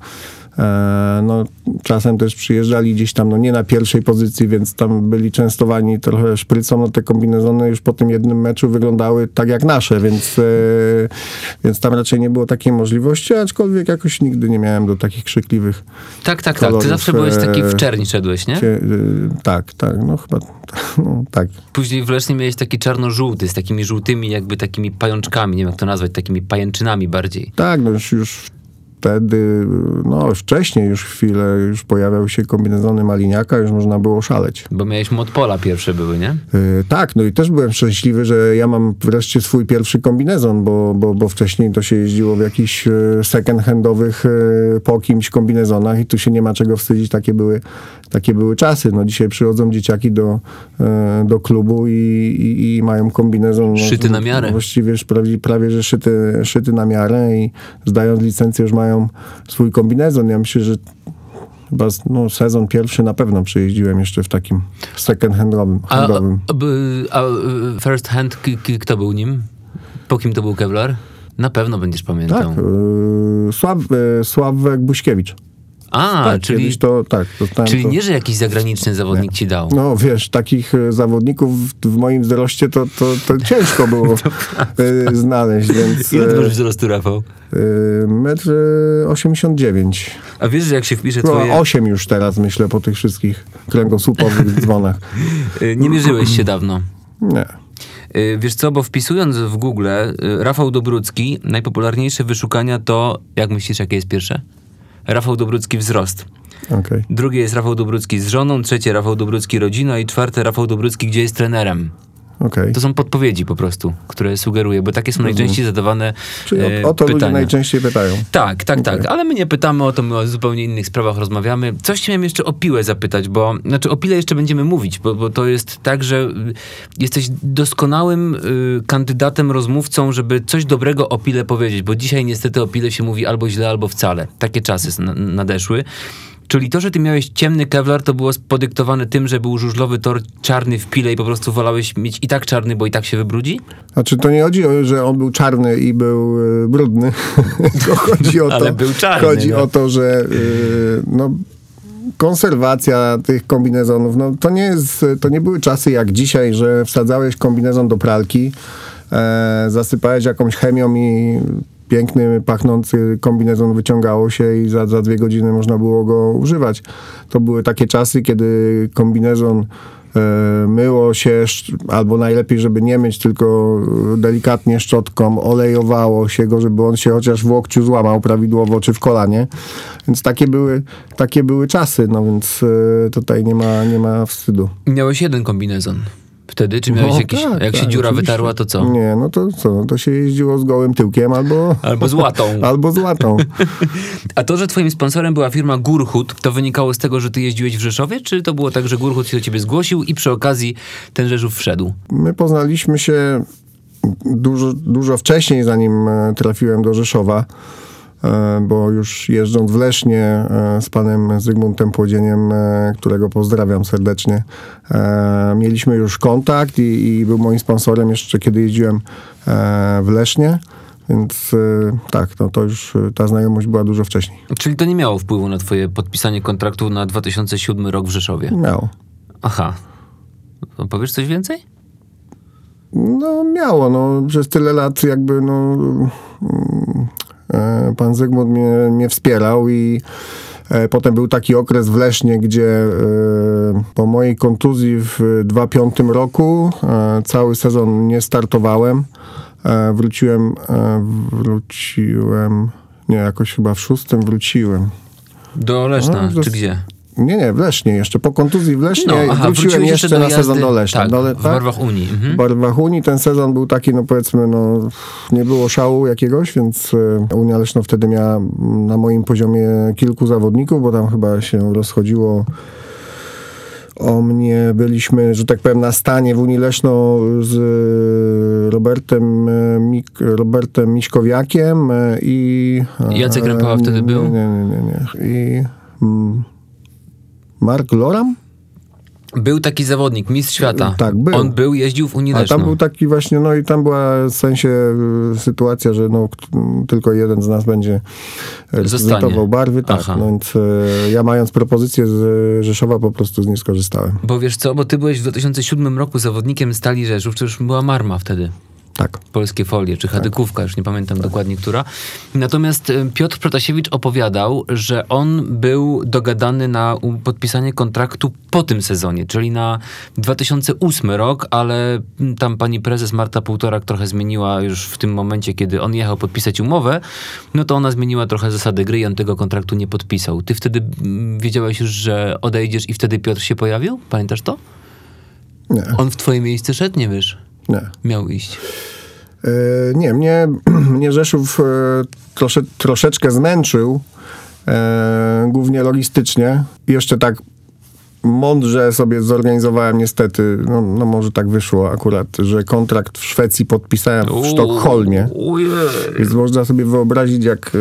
czasem też przyjeżdżali gdzieś tam, nie na pierwszej pozycji, więc tam byli częstowani trochę szprycą, te kombinezony już po tym jednym meczu wyglądały tak jak nasze, więc tam raczej nie było takiej możliwości, aczkolwiek jakoś nigdy nie miałem do takich krzykliwych Tak. kolorów. Ty zawsze byłeś taki w czerni szedłeś, nie? Tak, chyba tak. Później w Lesznie miałeś taki czarno-żółty, z takimi żółtymi jakby takimi pajączkami, nie wiem jak to nazwać, takimi pajęczynami bardziej. Tak, już wtedy, wcześniej już chwilę, już pojawiały się kombinezony Maliniaka, już można było szaleć. Bo miałeś Modpola pierwsze były, nie? Tak, i też byłem szczęśliwy, że ja mam wreszcie swój pierwszy kombinezon, bo wcześniej to się jeździło w jakichś second-handowych po kimś kombinezonach i tu się nie ma czego wstydzić, takie były czasy. Dzisiaj przychodzą dzieciaki do klubu i mają kombinezon. Szyty na miarę. Właściwie już prawie że szyty na miarę i zdając licencję już mają swój kombinezon. Ja myślę, że chyba sezon pierwszy na pewno przejeździłem jeszcze w takim second handowym. A first hand, kto był nim? Po kim to był Kevlar? Na pewno będziesz pamiętał. Tak, Sławek Buśkiewicz. Czyli nie, że jakiś zagraniczny zawodnik ci dał. No wiesz, takich zawodników w moim wzroście to ciężko było znaleźć, więc... Ile ty masz wzrostu, Rafał? 1,89 m. A wiesz, że jak się wpisze twoje... 8 już teraz, myślę, po tych wszystkich kręgosłupowych dzwonach. Nie mierzyłeś się dawno? Nie. Wiesz co, bo wpisując w Google Rafał Dobrucki, najpopularniejsze wyszukania to, jak myślisz, jakie jest pierwsze? Rafał Dobrucki wzrost. Okay. Drugie jest Rafał Dobrucki z żoną, trzecie Rafał Dobrucki rodzina i czwarte Rafał Dobrucki, gdzie jest trenerem. Okay. To są podpowiedzi po prostu, które sugeruję, bo takie są najczęściej zadawane Czyli o to pytania. Ludzie najczęściej pytają. Tak. Ale my nie pytamy o to, my o zupełnie innych sprawach rozmawiamy. Coś chciałem jeszcze o Piłę zapytać, o Pile jeszcze będziemy mówić, bo to jest tak, że jesteś doskonałym kandydatem, rozmówcą, żeby coś dobrego o Pile powiedzieć, bo dzisiaj niestety o Pile się mówi albo źle, albo wcale. Takie czasy nadeszły. Czyli to, że ty miałeś ciemny Kevlar, to było podyktowane tym, że był żużlowy tor czarny w Pile i po prostu wolałeś mieć i tak czarny, bo i tak się wybrudzi? Znaczy, to nie chodzi o, że on był czarny i był brudny. To chodzi o to, ale był czarny. Chodzi o to, że konserwacja tych kombinezonów, to nie były czasy jak dzisiaj, że wsadzałeś kombinezon do pralki, zasypałeś jakąś chemią i piękny, pachnący kombinezon wyciągało się i za 2 godziny można było go używać. To były takie czasy, kiedy kombinezon myło się, albo najlepiej, żeby nie myć, tylko delikatnie szczotką, olejowało się go, żeby on się chociaż w łokciu złamał prawidłowo, czy w kolanie. Więc takie były czasy, więc tutaj nie ma wstydu. Miałeś jeden kombinezon wtedy? Czy miałeś jakiś... Tak, jak się dziura oczywiście wytarła, to co? Nie, to co? To się jeździło z gołym tyłkiem albo z łatą. Albo z łatą. A to, że twoim sponsorem była firma Górhut, to wynikało z tego, że ty jeździłeś w Rzeszowie? Czy to było tak, że Górhut się do ciebie zgłosił i przy okazji ten Rzeszów wszedł? My poznaliśmy się dużo wcześniej, zanim trafiłem do Rzeszowa, bo już jeżdżąc w Lesznie z panem Zygmuntem Płodzieniem, którego pozdrawiam serdecznie, mieliśmy już kontakt i był moim sponsorem jeszcze kiedy jeździłem w Lesznie, więc tak, to już ta znajomość była dużo wcześniej. Czyli to nie miało wpływu na twoje podpisanie kontraktu na 2007 rok w Rzeszowie? Miało. Aha. Powiesz coś więcej? Miało. Przez tyle lat jakby pan Zygmunt mnie wspierał i potem był taki okres w Lesznie, gdzie po mojej kontuzji w 2005 roku cały sezon nie startowałem. Wróciłem, jakoś chyba w 6 wróciłem. Do Leszna, czy gdzie? Nie, w Lesznie jeszcze. Po kontuzji w Lesznie wróciłem jeszcze na sezon do Leszna. Tak, w Barwach Unii. W Barwach Unii ten sezon był taki, powiedzmy, nie było szału jakiegoś, więc Unia Leszno wtedy miała na moim poziomie kilku zawodników, bo tam chyba się rozchodziło o mnie. Byliśmy, że tak powiem, na stanie w Unii Leszno z Robertem Miśkowiakiem i... Jacek Rępała wtedy był? Nie. I... Mark Loram? Był taki zawodnik, mistrz świata. Tak, był. On jeździł w Unii Leszno. A tam był taki właśnie, i tam była w sensie sytuacja, że tylko jeden z nas będzie reprezentował barwy. Tak, więc ja mając propozycję z Rzeszowa po prostu z niej skorzystałem. Bo wiesz co, bo ty byłeś w 2007 roku zawodnikiem Stali Rzeszów, czy już była Marma wtedy? Tak. Polskie Folie, czy Hadykówka, już nie pamiętam dokładnie która. Natomiast Piotr Protasiewicz opowiadał, że on był dogadany na podpisanie kontraktu po tym sezonie, czyli na 2008 rok, ale tam pani prezes Marta Półtorak trochę zmieniła już w tym momencie, kiedy on jechał podpisać umowę, to ona zmieniła trochę zasady gry i on tego kontraktu nie podpisał. Ty wtedy wiedziałeś już, że odejdziesz i wtedy Piotr się pojawił? Pamiętasz to? Nie. On w twoje miejsce szedł, nie wiesz? Nie. Miał iść. Nie, mnie Rzeszów troszeczkę zmęczył, głównie logistycznie. Jeszcze tak mądrze sobie zorganizowałem niestety, może tak wyszło akurat, że kontrakt w Szwecji podpisałem w Sztokholmie. Więc można sobie wyobrazić, jak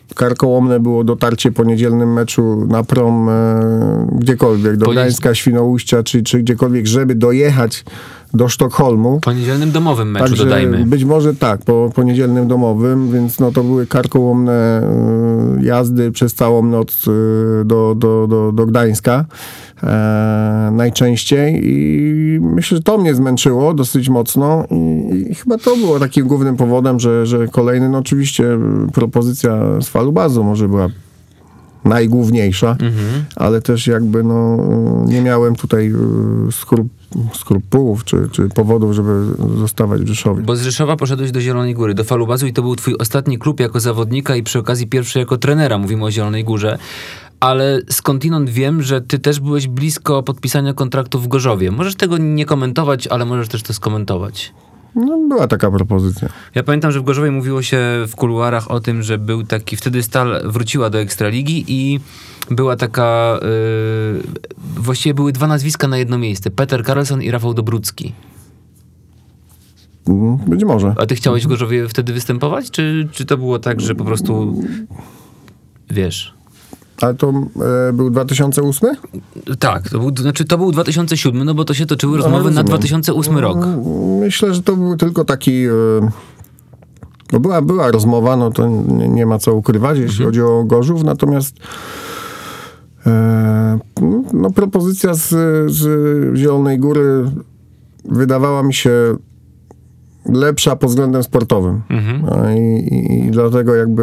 karkołomne było dotarcie po niedzielnym meczu na prom gdziekolwiek, do Gdańska, Świnoujścia, czy gdziekolwiek, żeby dojechać do Sztokholmu. Po niedzielnym domowym meczu, Także dodajmy. być może tak, po niedzielnym domowym, więc no to były karkołomne jazdy przez całą noc do Gdańska najczęściej i myślę, że to mnie zmęczyło dosyć mocno i chyba to było takim głównym powodem, że kolejny, no oczywiście propozycja z Falubazu może była najgłówniejsza, ale też jakby no nie miałem tutaj skrupułów czy powodów, żeby zostawać w Rzeszowie. Bo z Rzeszowa poszedłeś do Zielonej Góry, do Falubazu i to był twój ostatni klub jako zawodnika i przy okazji pierwszy jako trenera, mówimy o Zielonej Górze. Ale skądinąd wiem, że ty też byłeś blisko podpisania kontraktu w Gorzowie. Możesz tego nie komentować, ale możesz też to skomentować. No, była taka propozycja. Ja pamiętam, że w Gorzowie mówiło się w kuluarach o tym, że był taki, wtedy Stal wróciła do Ekstraligi i była taka, właściwie były dwa nazwiska na jedno miejsce. Peter Karlsson i Rafał Dobrucki. Być może. A ty chciałeś w Gorzowie wtedy występować? Czy to było tak, że po prostu, wiesz... Ale to był 2008? Tak, to był 2007, no bo to się toczyły rozmowy na 2008 rok. Myślę, że to był tylko taki... No była rozmowa, no to nie ma co ukrywać, jeśli chodzi o Gorzów, natomiast no, propozycja z Zielonej Góry wydawała mi się lepsza pod względem sportowym. I dlatego jakby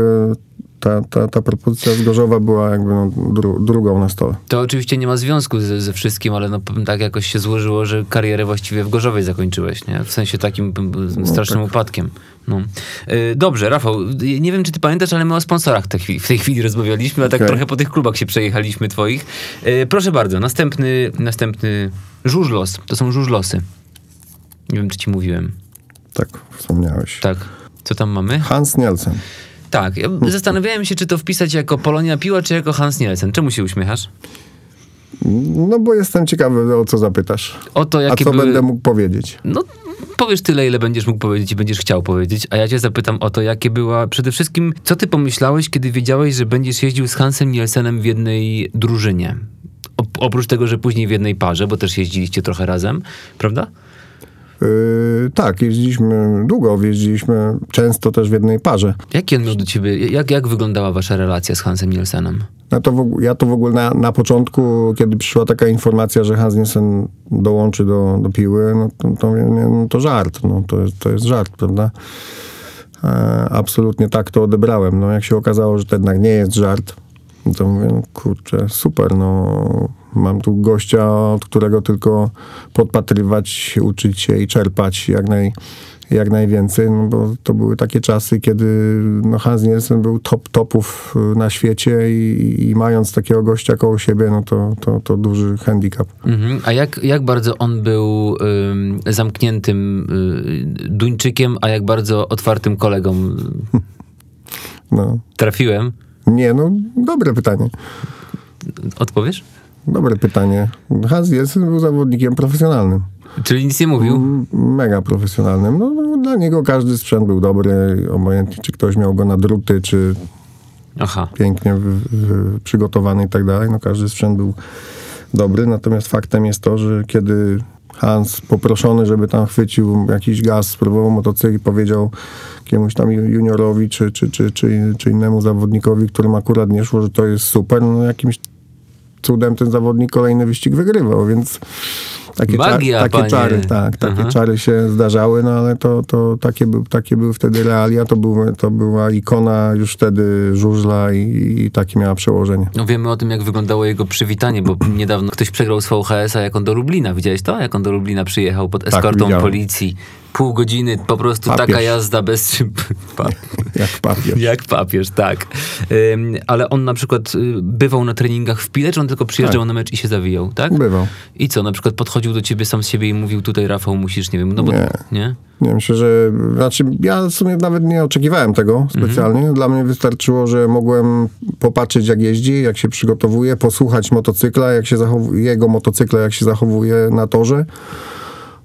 ta propozycja z Gorzowa była jakby no, drugą na stole. To oczywiście nie ma związku ze wszystkim, ale no, tak jakoś się złożyło, że karierę właściwie w Gorzowie zakończyłeś, nie? W sensie takim strasznym upadkiem. No. Dobrze, Rafał, nie wiem, czy ty pamiętasz, ale my o sponsorach w tej chwili rozmawialiśmy, a tak trochę po tych klubach się przejechaliśmy twoich. Proszę bardzo, następny żużlos. To są żużlosy. Nie wiem, czy ci mówiłem. Tak, wspomniałeś. Tak. Co tam mamy? Hans Nielsen. Tak, ja zastanawiałem się, czy to wpisać jako Polonia Piła, czy jako Hans Nielsen. Czemu się uśmiechasz? No bo jestem ciekawy, o co zapytasz. O to, jakie a co będę mógł powiedzieć? No, powiesz tyle, ile będziesz mógł powiedzieć i będziesz chciał powiedzieć, a ja cię zapytam o to, jakie była... Przede wszystkim, co ty pomyślałeś, kiedy wiedziałeś, że będziesz jeździł z Hansem Nielsenem w jednej drużynie? Oprócz tego, że później w jednej parze, bo też jeździliście trochę razem, prawda? Tak, jeździliśmy często też w jednej parze. Jaki on miał do ciebie, jak wyglądała wasza relacja z Hansem Nielsenem? Ja to w ogóle na początku, kiedy przyszła taka informacja, że Hans Nielsen dołączy do Piły, no to żart, no to jest żart, prawda? Absolutnie tak to odebrałem. No jak się okazało, że to jednak nie jest żart, to mówię, no kurczę, super, no mam tu gościa, od którego tylko podpatrywać, uczyć się i czerpać jak najwięcej, no bo to były takie czasy, kiedy no Hans Nielsen był topów na świecie i mając takiego gościa koło siebie, no to duży handicap. A jak bardzo on był zamkniętym Duńczykiem, a jak bardzo otwartym kolegą? No. Trafiłem? Nie, no dobre pytanie. Odpowiesz? Dobre pytanie. Hans Nielsen był zawodnikiem profesjonalnym. Czyli nic nie mówił? Mega profesjonalnym. No, dla niego każdy sprzęt był dobry, obojętnie czy ktoś miał go na druty, czy pięknie przygotowany i tak dalej. No każdy sprzęt był dobry, natomiast faktem jest to, że kiedy Hans poproszony, żeby tam chwycił jakiś gaz, spróbował motocykl i powiedział jakiemuś tam juniorowi, czy innemu zawodnikowi, którym akurat nie szło, że to jest super, no jakimś cudem ten zawodnik kolejny wyścig wygrywał, więc takie czary, takie czary się zdarzały, no ale to takie były wtedy realia, to była ikona już wtedy żużla i takie miała przełożenie. No wiemy o tym, jak wyglądało jego przywitanie, bo niedawno ktoś przegrał z VHS-a, jak on do Lublina. Widziałeś to? Jak on do Lublina przyjechał pod eskortą policji. Pół godziny, po prostu papież. Taka jazda bez... Jak papież. Jak papież, tak. Ale on na przykład bywał na treningach w Pile, czy on tylko przyjeżdżał na mecz i się zawijał, tak? Bywał. I co, na przykład podchodził do ciebie sam z siebie i mówił, tutaj Rafał musisz, nie wiem, no bo... Nie? Nie, myślę, że... Znaczy, ja w sumie nawet nie oczekiwałem tego specjalnie. Dla mnie wystarczyło, że mogłem popatrzeć, jak jeździ, jak się przygotowuje, posłuchać motocykla, jego motocykla, jak się zachowuje na torze.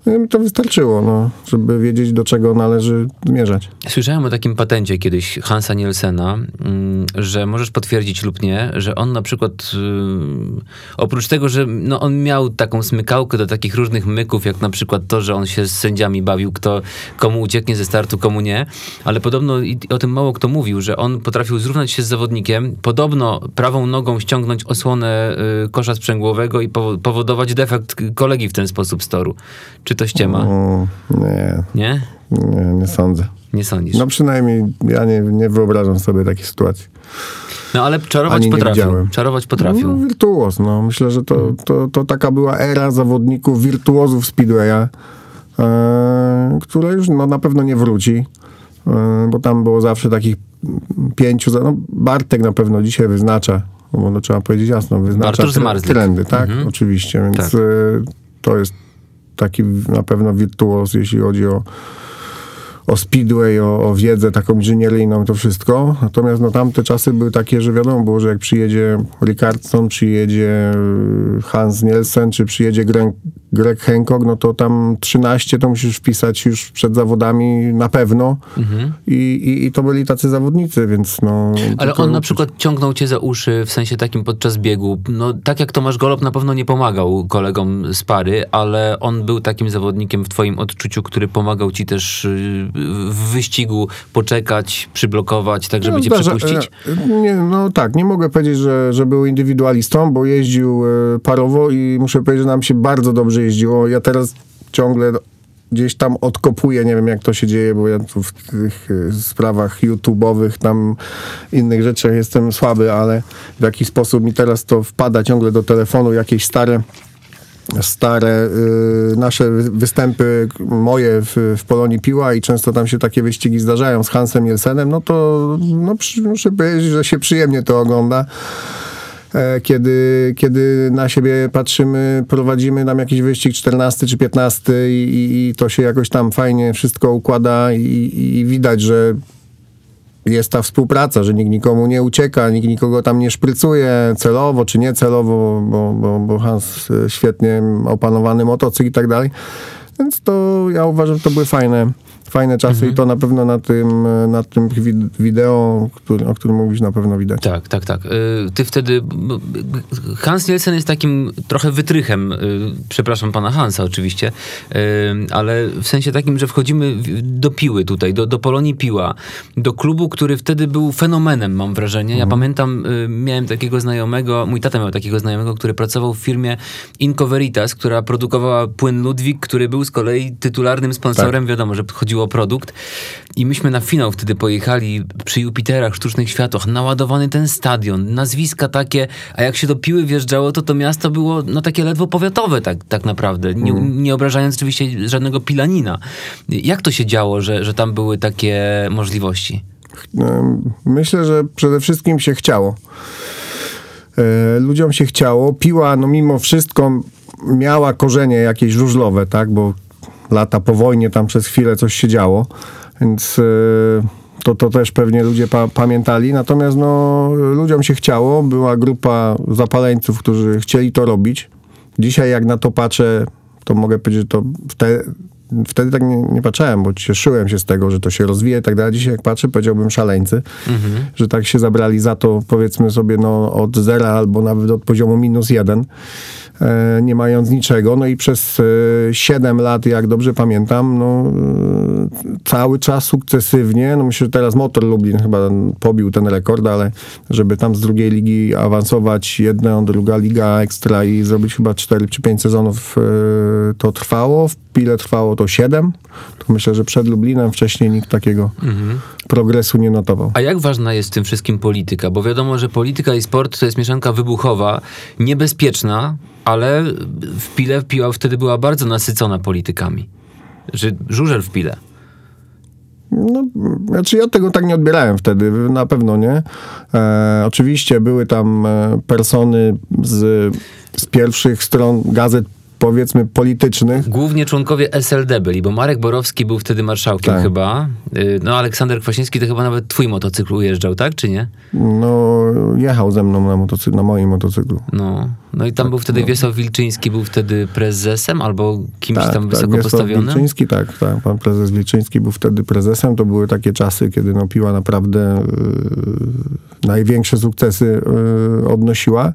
No i mi to wystarczyło, no, żeby wiedzieć, do czego należy zmierzać. Słyszałem o takim patencie kiedyś Hansa Nielsena, że możesz potwierdzić lub nie, że on na przykład oprócz tego, że no, on miał taką smykałkę do takich różnych myków, jak na przykład to, że on się z sędziami bawił, komu ucieknie ze startu, komu nie, ale podobno i o tym mało kto mówił, że on potrafił zrównać się z zawodnikiem, podobno prawą nogą ściągnąć osłonę kosza sprzęgłowego i powodować defekt kolegi w ten sposób z toru. Czy to ściema? Nie. Nie? Nie sądzę. Nie sądzisz? No przynajmniej ja nie wyobrażam sobie takiej sytuacji. No ale czarować Ani nie potrafił. widziałem. Czarować potrafił. No wirtuoz, no. Myślę, że to taka była era zawodników, wirtuozów Speedwaya, która już no, na pewno nie wróci, bo tam było zawsze takich 5, no Bartek na pewno dzisiaj wyznacza, bo no, trzeba powiedzieć jasno, wyznacza trendy, tak? Oczywiście, więc tak. To jest taki na pewno wirtuoz, jeśli chodzi o speedway, o wiedzę taką inżynieryjną, to wszystko. Natomiast no, tamte czasy były takie, że wiadomo było, że jak przyjedzie Rickardsson, przyjedzie Hans Nielsen, czy przyjedzie Greg Hancock, no to tam 13 to musisz wpisać już przed zawodami na pewno. I to byli tacy zawodnicy, więc no... Ale on na przykład ciągnął cię za uszy, w sensie takim podczas biegu. No tak jak Tomasz Golob na pewno nie pomagał kolegom z pary, ale on był takim zawodnikiem w twoim odczuciu, który pomagał ci też w wyścigu poczekać, przyblokować, tak żeby cię przepuścić? Nie mogę powiedzieć, że był indywidualistą, bo jeździł parowo i muszę powiedzieć, że nam się bardzo dobrze jeździło. Ja teraz ciągle gdzieś tam odkopuję, nie wiem jak to się dzieje, bo ja tu w tych sprawach YouTube'owych, tam innych rzeczach jestem słaby, ale w jakiś sposób mi teraz to wpada ciągle do telefonu, jakieś stare nasze występy moje w Polonii Piła i często tam się takie wyścigi zdarzają z Hansem Nielsenem, no to muszę powiedzieć, że się przyjemnie to ogląda. Kiedy na siebie patrzymy, prowadzimy nam jakiś wyścig 14 czy 15 i to się jakoś tam fajnie wszystko układa i widać, że jest ta współpraca, że nikt nikomu nie ucieka, nikt nikogo tam nie szprycuje celowo czy niecelowo, bo Hans świetnie opanowany motocykl i tak dalej. Więc to ja uważam, że to były fajne czasy i to na pewno na tym wideo, o którym mówisz, na pewno widać. Tak. Ty wtedy... Hans Nielsen jest takim trochę wytrychem, przepraszam pana Hansa oczywiście, ale w sensie takim, że wchodzimy do Piły tutaj, do Polonii Piła, do klubu, który wtedy był fenomenem, mam wrażenie. Ja pamiętam, miałem takiego znajomego, mój tata miał takiego znajomego, który pracował w firmie Inco Veritas, która produkowała płyn Ludwig, który był z kolei tytularnym sponsorem, wiadomo, że chodziło o produkt. I myśmy na finał wtedy pojechali przy Jupiterach, sztucznych światłach, naładowany ten stadion, nazwiska takie, a jak się do Piły wjeżdżało, to miasto było no takie ledwo powiatowe tak naprawdę, nie obrażając oczywiście żadnego pilanina. Jak to się działo, że tam były takie możliwości? Myślę, że przede wszystkim się chciało. Ludziom się chciało. Piła, no mimo wszystko miała korzenie jakieś żużlowe, tak, bo lata po wojnie tam przez chwilę coś się działo, więc to też pewnie ludzie pamiętali. Natomiast no, ludziom się chciało, była grupa zapaleńców, którzy chcieli to robić. Dzisiaj jak na to patrzę, to mogę powiedzieć, że to wtedy tak nie patrzyłem, bo cieszyłem się z tego, że to się rozwija i tak dalej. Dzisiaj jak patrzę, powiedziałbym szaleńcy, że tak się zabrali za to, powiedzmy sobie, no, od zera albo nawet od poziomu -1, nie mając niczego. No i przez 7 lat, jak dobrze pamiętam, no, cały czas sukcesywnie, no myślę, że teraz Motor Lublin chyba pobił ten rekord, ale żeby tam z drugiej ligi awansować, druga liga ekstra i zrobić chyba 4 czy 5 sezonów, to trwało. W Pile trwało to 7. To myślę, że przed Lublinem wcześniej nikt takiego progresu nie notował. A jak ważna jest w tym wszystkim polityka? Bo wiadomo, że polityka i sport to jest mieszanka wybuchowa, niebezpieczna, ale Piła wtedy była bardzo nasycona politykami. Że żużel w Pile. No, znaczy ja tego tak nie odbierałem wtedy, na pewno nie. Oczywiście były tam persony z pierwszych stron gazet powiedzmy politycznych. Głównie członkowie SLD byli, bo Marek Borowski był wtedy marszałkiem Tak. chyba. No Aleksander Kwaśniewski to chyba nawet twój motocykl ujeżdżał, tak czy nie? No, jechał ze mną na moim motocyklu. No i tam był wtedy Wiesław Wilczyński, był wtedy prezesem albo kimś tam wysoko Wiesław postawionym. Wilczyński, tak, pan prezes Wilczyński był wtedy prezesem. To były takie czasy, kiedy Piła naprawdę największe sukcesy odnosiła.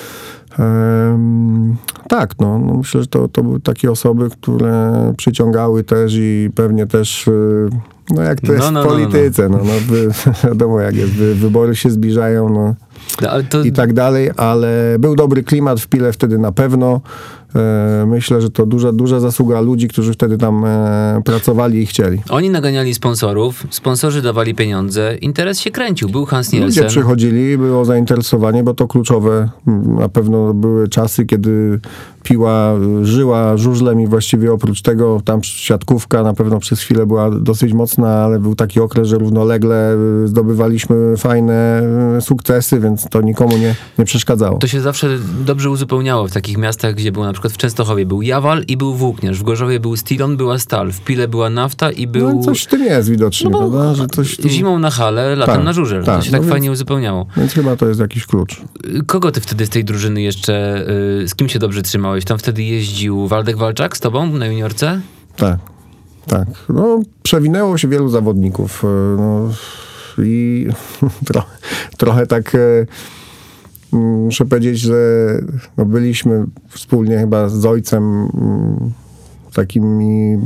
Tak, myślę, że to były takie osoby, które przyciągały też i pewnie też, jak to jest w polityce, wiadomo jak jest, wybory się zbliżają, ale to... i tak dalej, ale był dobry klimat w Pile wtedy na pewno. Myślę, że to duża zasługa ludzi, którzy wtedy tam pracowali i chcieli. Oni naganiali sponsorów, sponsorzy dawali pieniądze, interes się kręcił. Był Hans Nielsen. Ludzie przychodzili, było zainteresowanie, bo to kluczowe. Na pewno były czasy, kiedy Piła żyła żużlem i właściwie oprócz tego tam siatkówka na pewno przez chwilę była dosyć mocna, ale był taki okres, że równolegle zdobywaliśmy fajne sukcesy, więc to nikomu nie przeszkadzało. To się zawsze dobrze uzupełniało w takich miastach, gdzie był na przykład w Częstochowie był Jawal i był Włókniarz, w Gorzowie był Stilon, była Stal, w Pile była Nafta i był... No coś w tym jest widocznie, prawda? Że coś tu... Zimą na hale, latem na żużel. To się tak fajnie uzupełniało. Więc chyba to jest jakiś klucz. Kogo ty wtedy z tej drużyny jeszcze, z kim się dobrze trzymałeś? Tam wtedy jeździł Waldek Walczak z tobą na juniorce? Tak. Przewinęło się wielu zawodników. I trochę tak muszę powiedzieć, że byliśmy wspólnie chyba z ojcem takimi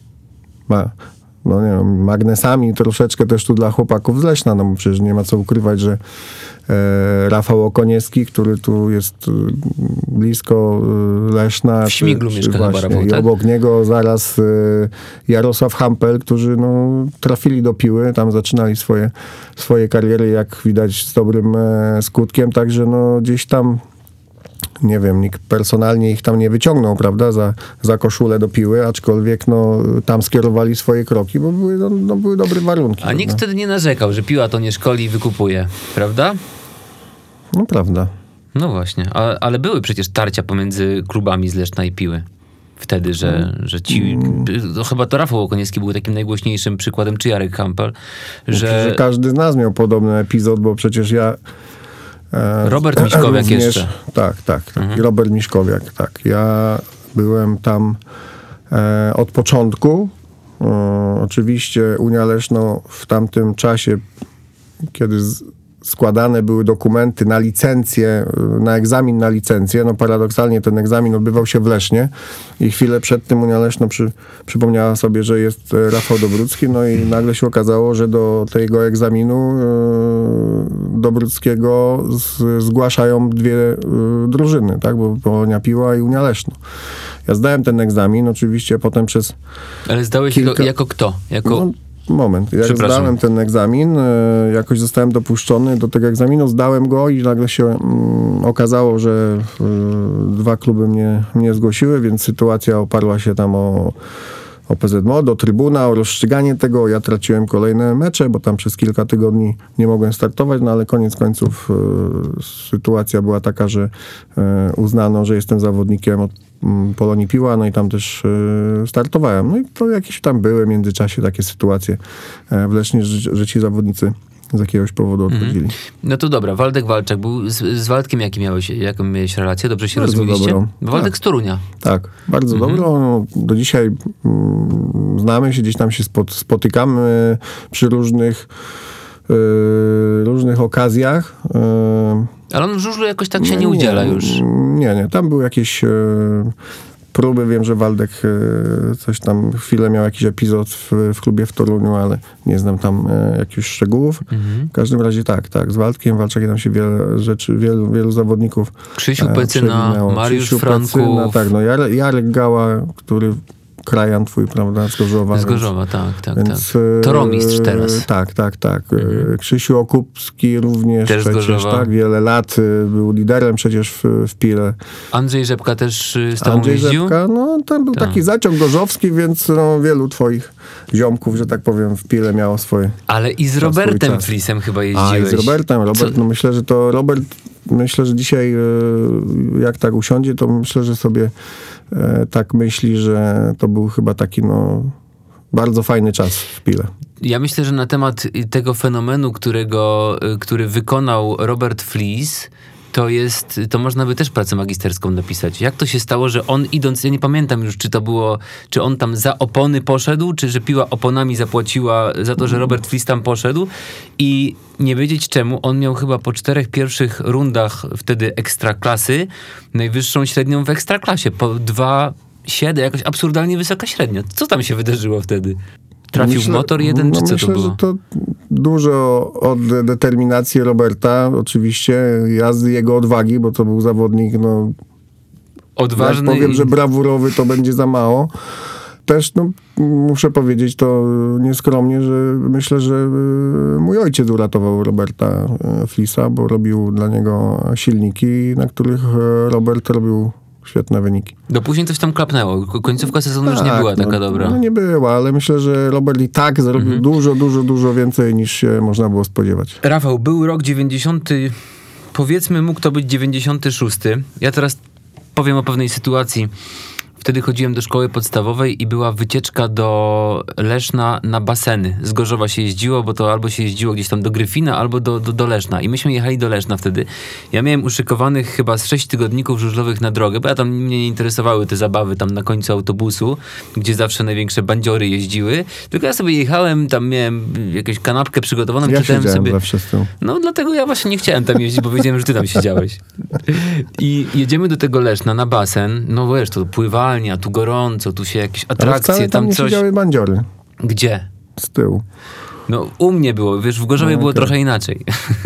magnesami troszeczkę też tu dla chłopaków z Leszna, bo przecież nie ma co ukrywać, że Rafał Okoniewski, który tu jest blisko Leszna. W Śmiglu mieszka chyba Rafał, i tak? obok niego zaraz Jarosław Hampel, którzy trafili do Piły, tam zaczynali swoje kariery, jak widać, z dobrym skutkiem, także gdzieś tam nie wiem, nikt personalnie ich tam nie wyciągnął, prawda, za koszulę do Piły, aczkolwiek tam skierowali swoje kroki, bo były dobre warunki. A nikt wtedy nie narzekał, że Piła to nie szkoli i wykupuje, prawda? No prawda. No właśnie, ale były przecież tarcia pomiędzy klubami z Leszna i Piły. Wtedy, że ci... chyba to Rafał Okoniewski był takim najgłośniejszym przykładem, czy Jarek Hampel, że każdy z nas miał podobny epizod, bo przecież ja... Robert Miśkowiak również, jeszcze. Tak. I Robert Miśkowiak, tak. Ja byłem tam od początku. Oczywiście Unia Leszno w tamtym czasie, kiedy składane były dokumenty na licencję, na egzamin na licencję, paradoksalnie ten egzamin odbywał się w Lesznie i chwilę przed tym Unia Leszno przypomniała sobie, że jest Rafał Dobrucki, i nagle się okazało, że do tego egzaminu Dobruckiego zgłaszają dwie drużyny, tak, bo Polonia Piła i Unia Leszno. Ja zdałem ten egzamin, oczywiście potem przez... Ale zdałeś jako kto? Moment. Jak zdałem ten egzamin, jakoś zostałem dopuszczony do tego egzaminu, zdałem go i nagle się okazało, że dwa kluby mnie zgłosiły, więc sytuacja oparła się tam o PZMO, o Trybuna, o rozstrzyganie tego. Ja traciłem kolejne mecze, bo tam przez kilka tygodni nie mogłem startować, ale koniec końców sytuacja była taka, że uznano, że jestem zawodnikiem od Polonii Piła, i tam też startowałem. I to jakieś tam były w międzyczasie takie sytuacje w Lesznie, że ci zawodnicy z jakiegoś powodu odchodzili. No to dobra, Waldek Walczak był z Waldkiem, jaką miałeś relację? Dobrze się rozmawialiście? Dobrą. Waldek z Torunia. Tak, bardzo dobrą. Do dzisiaj znamy się, gdzieś tam się spotykamy przy różnych okazjach. Ale on w żużlu jakoś tak się nie udziela już. Nie. Tam były jakieś próby. Wiem, że Waldek coś tam chwilę miał jakiś epizod w klubie w Toruniu, ale nie znam tam jakichś szczegółów. W każdym razie tak. Z Waldkiem Walczakiem tam się wiele rzeczy, wielu zawodników Krzysiu Pecyna, Mariusz Franków. Tak, Jarek Gała, który krajan twój, prawda, z Gorzowa. Z Gorzowa, tak. To Romistrz teraz. Tak. Krzysiu Okupski również też przecież, z Gorzowa. tak, wiele lat był liderem przecież w Pile. Andrzej Rzepka też z tobą jeździł? Rzepka, tam był taki zaciąg gorzowski, więc wielu twoich ziomków, że tak powiem, w Pile miało swoje. Ale i z Robertem Flisem chyba jeździłeś. I z Robertem. Myślę, że dzisiaj jak tak usiądzie, to myślę, że sobie tak myśli, że to był chyba taki bardzo fajny czas w Pile. Ja myślę, że na temat tego fenomenu, który wykonał Robert Flis, to można by też pracę magisterską napisać. Jak to się stało, że on idąc, ja nie pamiętam już, czy on tam za opony poszedł, czy że Piła oponami zapłaciła za to, że Robert Flis tam poszedł i nie wiedzieć czemu, on miał chyba po 4 pierwszych rundach wtedy ekstraklasy najwyższą średnią w ekstraklasie, po 2,7, jakoś absurdalnie wysoka średnia. Co tam się wydarzyło wtedy? Trafił w motor jeden, czy co myślę, to było? Że to dużo od determinacji Roberta, oczywiście, jazdy jego odwagi, bo to był zawodnik, odważny. Jak powiem, że brawurowy, to będzie za mało. Też, muszę powiedzieć to nieskromnie, że myślę, że mój ojciec uratował Roberta Flisa, bo robił dla niego silniki, na których Robert robił świetne wyniki. Do później coś tam klapnęło. Końcówka sezonu już nie była taka dobra. Nie była, ale myślę, że Robert i tak zrobił dużo więcej niż się można było spodziewać. Rafał, był rok 90, powiedzmy mógł to być 96. Ja teraz powiem o pewnej sytuacji. Wtedy chodziłem do szkoły podstawowej i była wycieczka do Leszna na baseny. Z Gorzowa się jeździło, bo to albo się jeździło gdzieś tam do Gryfina, albo do Leszna. I myśmy jechali do Leszna wtedy. Ja miałem uszykowanych chyba z 6 tygodników żużlowych na drogę, bo mnie nie interesowały te zabawy tam na końcu autobusu, gdzie zawsze największe bandziory jeździły. Tylko ja sobie jechałem, tam miałem jakąś kanapkę przygotowaną. Ja czytałem siedziałem sobie. zawsze z tyłu. No dlatego ja właśnie nie chciałem tam jeździć, bo wiedziałem, że ty tam siedziałeś. I jedziemy do tego Leszna na basen. No wiesz, to pływalnia, tu gorąco, tu się jakieś Ale atrakcje, wcale tam nie coś. siedziały bandziory. Gdzie? Z tyłu. No u mnie było, wiesz, w Gorzowie było trochę inaczej.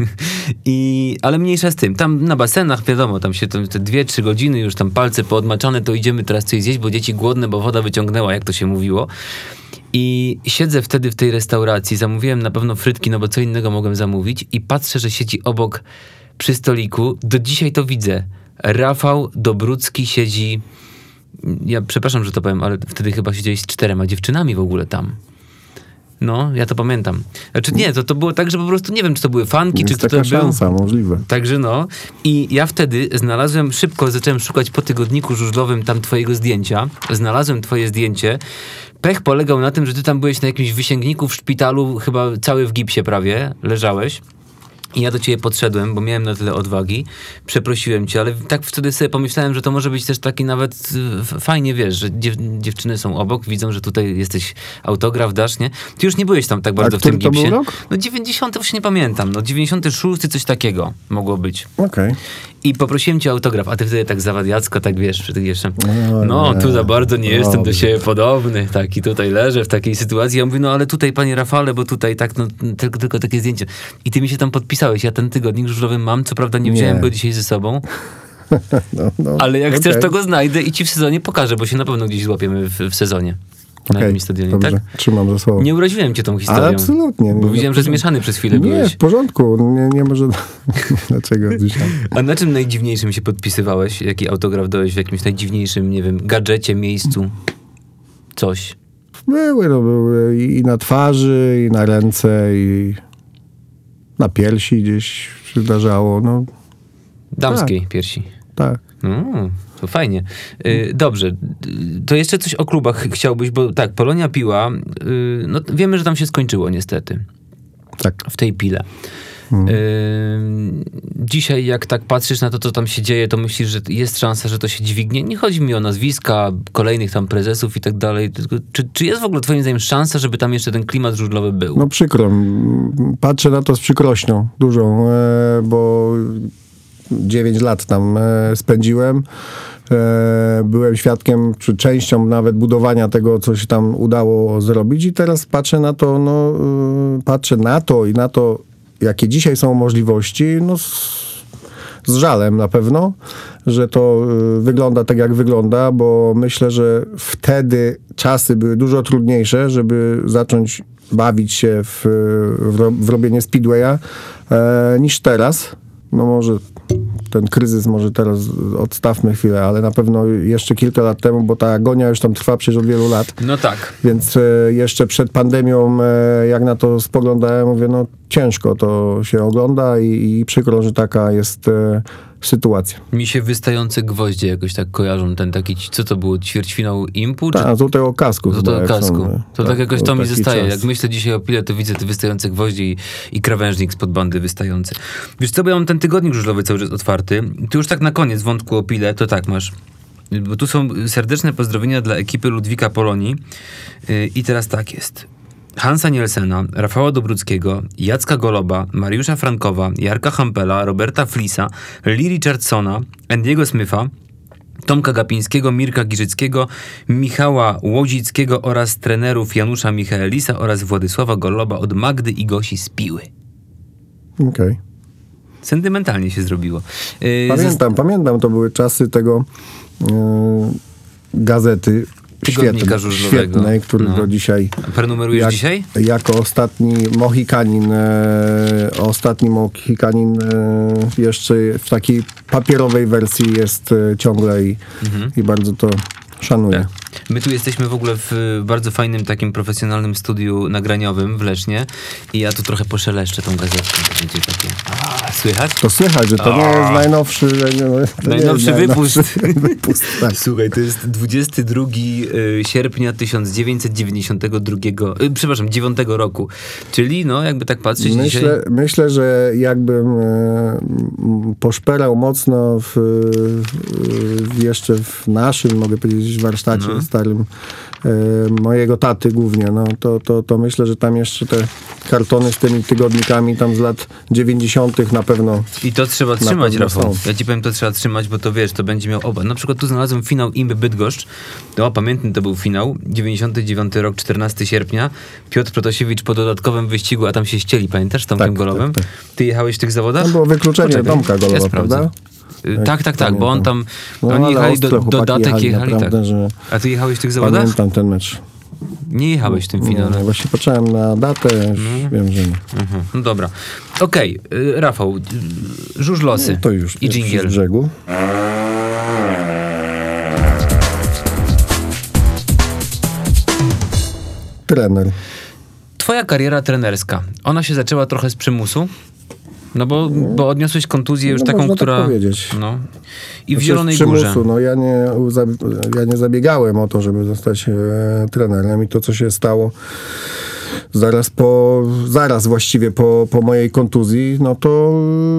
Ale mniejsza z tym. Tam na basenach, wiadomo, tam się te 2-3 godziny, już tam palce poodmaczane, to idziemy teraz coś zjeść, bo dzieci głodne, bo woda wyciągnęła, jak to się mówiło. I siedzę wtedy w tej restauracji, zamówiłem na pewno frytki, no bo co innego mogłem zamówić i patrzę, że siedzi obok przy stoliku, do dzisiaj to widzę. Rafał Dobrucki siedzi, ja przepraszam, że to powiem, ale wtedy chyba siedzieli z 4 dziewczynami w ogóle tam. No, ja to pamiętam. Znaczy nie, to było tak, że po prostu nie wiem, czy to były fanki, czy kto to był. szansa, możliwe. Także i ja wtedy znalazłem, szybko zacząłem szukać po tygodniku żużlowym tam twojego zdjęcia. Znalazłem twoje zdjęcie. Pech polegał na tym, że ty tam byłeś na jakimś wysięgniku w szpitalu, chyba cały w gipsie prawie, leżałeś. I ja do ciebie podszedłem, bo miałem na tyle odwagi. Przeprosiłem cię, ale tak wtedy sobie pomyślałem, że to może być też taki nawet fajnie, wiesz, że dziewczyny są obok, widzą, że tutaj jesteś, autograf dasz, nie? Ty już nie byłeś tam tak bardzo w tym gipsie. To był rok? No 90, właśnie nie pamiętam. 96, coś takiego mogło być. Okej. I poprosiłem cię o autograf, a ty wtedy tak zawadiacko, tak wiesz, przy tych jeszcze, tu za bardzo nie jestem do siebie podobny, taki tutaj leżę w takiej sytuacji. Ja mówię, no ale tutaj panie Rafale, bo tutaj tak, tylko takie zdjęcie. I ty mi się tam podpisałeś. Ja ten tygodnik żużlowy mam, co prawda nie wziąłem go dzisiaj ze sobą, ale jak chcesz, to go znajdę i ci w sezonie pokażę, bo się na pewno gdzieś złapiemy w sezonie. Na jakimś stadionie, dobrze. tak? Trzymam za słowo. Nie uraziłem cię tą historią. Ale absolutnie. Bo widziałem, że zmieszany przez chwilę nie, byłeś. w porządku. Nie może... Dlaczego dzisiaj? A na czym najdziwniejszym się podpisywałeś? Jaki autograf dałeś w jakimś najdziwniejszym, nie wiem, gadżecie, miejscu? Coś. Były i na twarzy, i na ręce, i na piersi gdzieś się zdarzało. No, Damskiej piersi. tak. To fajnie. Dobrze. To jeszcze coś o klubach chciałbyś, bo tak, Polonia Piła, no wiemy, że tam się skończyło niestety. Tak. W tej Pile. Dzisiaj jak tak patrzysz na to, co tam się dzieje, to myślisz, że jest szansa, że to się dźwignie? Nie chodzi mi o nazwiska kolejnych tam prezesów i tak dalej. Tylko czy jest w ogóle twoim zdaniem szansa, żeby tam jeszcze ten klimat żużlowy był? No przykro. Patrzę na to z przykrością dużą, bo 9 lat tam spędziłem. Byłem świadkiem, czy częścią nawet budowania tego, co się tam udało zrobić i teraz patrzę na to, i na to, jakie dzisiaj są możliwości, z żalem na pewno, że to wygląda tak, jak wygląda, bo myślę, że wtedy czasy były dużo trudniejsze, żeby zacząć bawić się w robienie speedwaya niż teraz. No może ten kryzys może teraz odstawmy chwilę, ale na pewno jeszcze kilka lat temu, bo ta agonia już tam trwa przecież od wielu lat. No tak. Więc jeszcze przed pandemią, jak na to spoglądałem, mówię, ciężko to się ogląda i przykro, że taka jest sytuacja. Mi się wystające gwoździe jakoś tak kojarzą, ten taki, co to było, ćwierćfinał Impu? Czy Tak, złotego kasku. złotego chyba, jak kasku. sądzę. To tak jakoś to mi taki zostaje. czas. Jak myślę dzisiaj o Pile, to widzę te wystające gwoździe i krawężnik spod bandy wystający. Wiesz co, bo ja mam ten tygodnik żużlowy cały czas otwarty. Tu już tak na koniec wątku o Pile, to tak masz. Bo tu są serdeczne pozdrowienia dla ekipy Ludwika Polonii. I teraz tak jest. Hansa Nielsena, Rafała Dobruckiego, Jacka Goloba, Mariusza Frankowa, Jarka Hampela, Roberta Flisa, Lee Richardsona, Andiego Smitha, Tomka Gapińskiego, Mirka Giżyckiego, Michała Łodzickiego oraz trenerów Janusza Michaelisa oraz Władysława Goloba od Magdy i Gosi z Piły. Okej. Sentymentalnie się zrobiło. Pamiętam, to były czasy tego gazety Tygodnika żużlowego. świetnej, który No. do dzisiaj... Prenumerujesz dzisiaj? Jako ostatni Mohikanin jeszcze w takiej papierowej wersji jest ciągle i bardzo to szanuję. Tak. My tu jesteśmy w ogóle w bardzo fajnym takim profesjonalnym studiu nagraniowym w Lesznie i ja tu trochę poszeleszczę tą gazetką. To będzie takie... Słychać? To słychać, że to nie jest najnowszy... Najnowszy wypust. wypust tak. Słuchaj, to jest 22 sierpnia 1992 roku. Czyli, no, jakby tak patrzeć dzisiaj... Myślę, że jakbym poszperał mocno jeszcze w naszym, mogę powiedzieć, warsztacie starym mojego taty głównie, no to myślę, że tam jeszcze te kartony z tymi tygodnikami tam z lat 90. na pewno. I to trzeba trzymać, pewno Rafał. są. Ja ci powiem, to trzeba trzymać, bo to wiesz, to będzie miał oba. Na przykład tu znalazłem finał Imby Bydgoszcz. Pamiętny to był finał. 99 rok, 14 sierpnia. Piotr Protasiewicz po dodatkowym wyścigu, a tam się ścieli, pamiętasz, z Tomkiem Golowem? tak. Ty jechałeś w tych zawodach? To było wykluczenie Poczekaj, Tomka Golowa, ja sprawdzę. prawda? Tak, bo on tam, oni ale jechali ostro do chłopaki datek, jechali naprawdę, tak. że A ty jechałeś w tych zawodach? pamiętam ten mecz. Nie jechałeś w tym finale. No, właśnie patrzyłem na datę, już wiem, że nie. No dobra. Okej, Rafał, żużlosy To już i jest przy dżingiel. brzegu. Trener. Twoja kariera trenerska, ona się zaczęła trochę z przymusu? No bo odniosłeś kontuzję już No taką, można która... tak powiedzieć. No. I w Znaczy, Zielonej z przymusu, Górze. No ja nie zabiegałem o to, żeby zostać trenerem i to, co się stało zaraz właściwie po mojej kontuzji, no to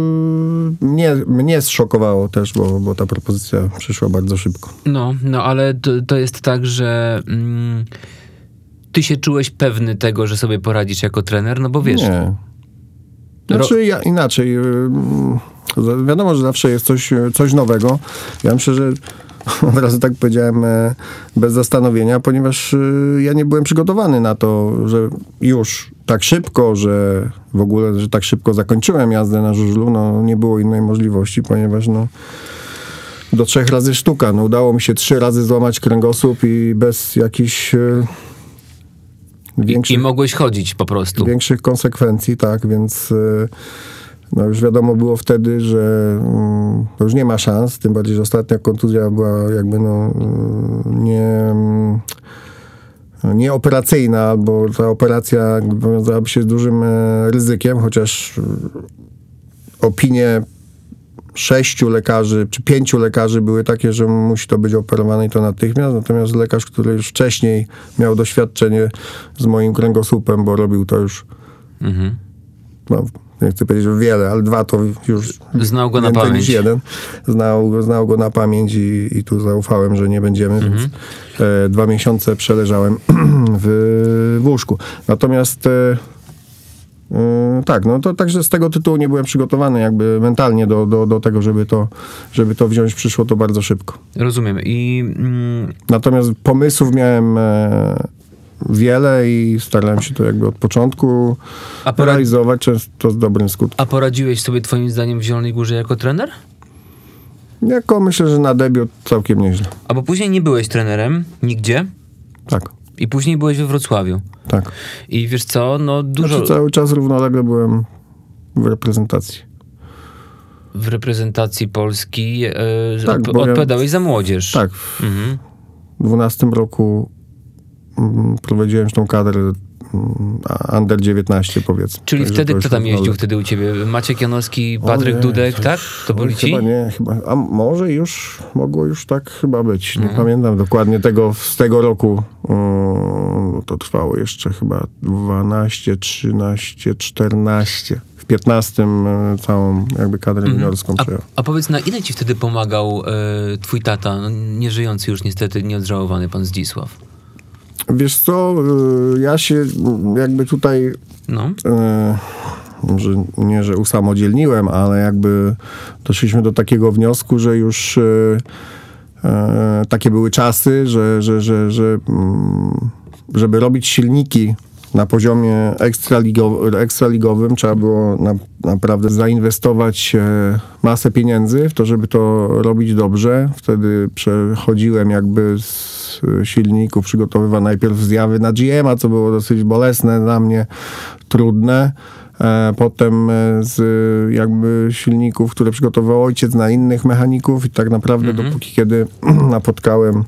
mnie zszokowało też, bo ta propozycja przyszła bardzo szybko. No ale to jest tak, że ty się czułeś pewny tego, że sobie poradzisz jako trener, no bo wiesz... Nie. Znaczy inaczej. Wiadomo, że zawsze jest coś nowego. Ja myślę, że od razu tak powiedziałem bez zastanowienia, ponieważ ja nie byłem przygotowany na to, że już tak szybko, że w ogóle, że tak szybko zakończyłem jazdę na żużlu. No nie było innej możliwości, ponieważ do 3 razy sztuka. No, udało mi się 3 razy złamać kręgosłup i bez jakichś I mogłeś chodzić po prostu. Większych konsekwencji, tak, więc no już wiadomo było wtedy, że to już nie ma szans, tym bardziej, że ostatnia kontuzja była jakby nieoperacyjna, bo ta operacja wiązałaby się z dużym ryzykiem, chociaż opinie 6 lekarzy, czy 5 lekarzy były takie, że musi to być operowane i to natychmiast, natomiast lekarz, który już wcześniej miał doświadczenie z moim kręgosłupem, bo robił to już no, nie chcę powiedzieć, że wiele, ale 2 to już Znał go na więcej pamięć. niż 1. Znał go na pamięć i tu zaufałem, że nie będziemy, więc 2 miesiące przeleżałem w łóżku. Natomiast tak, no to także z tego tytułu nie byłem przygotowany jakby mentalnie do tego, żeby to wziąć. Przyszło to bardzo szybko. Rozumiem. Natomiast pomysłów miałem wiele i starałem się to jakby od początku realizować, często z dobrym skutkiem. A poradziłeś sobie twoim zdaniem w Zielonej Górze jako trener? Jako myślę, że na debiut całkiem nieźle. A bo później nie byłeś trenerem nigdzie Tak, i później byłeś we Wrocławiu. tak. I wiesz co, no dużo... Znaczy cały czas równolegle byłem w reprezentacji. W reprezentacji Polski Tak, bo odpowiadałeś za młodzież. Tak, w 12 roku prowadziłem tą kadrę under 19 powiedzmy. Czyli Także wtedy to kto już tam jeździł wolę. wtedy u ciebie? Maciek Janowski, Patryk Ojej, Dudek, tak? To byli ci? Chyba, a może już, mogło już tak chyba być. Nie pamiętam dokładnie z tego roku. To trwało jeszcze chyba 12, 13, 14. W 15 całą jakby kadrę juniorską przejął. A powiedz, na ile ci wtedy pomagał twój tata, no, nieżyjący już niestety, nieodżałowany pan Zdzisław? Wiesz co, ja się jakby tutaj No. może nie, że usamodzielniłem, ale jakby doszliśmy do takiego wniosku, że już takie były czasy, żeby robić silniki na poziomie ekstraligowym trzeba było naprawdę zainwestować masę pieniędzy w to, żeby to robić dobrze. Wtedy przechodziłem jakby z silników, przygotowywałem najpierw zjawy na GM-a, co było dosyć bolesne dla mnie, trudne. Potem z jakby silników, które przygotował ojciec na innych mechaników i tak naprawdę dopóki kiedy napotkałem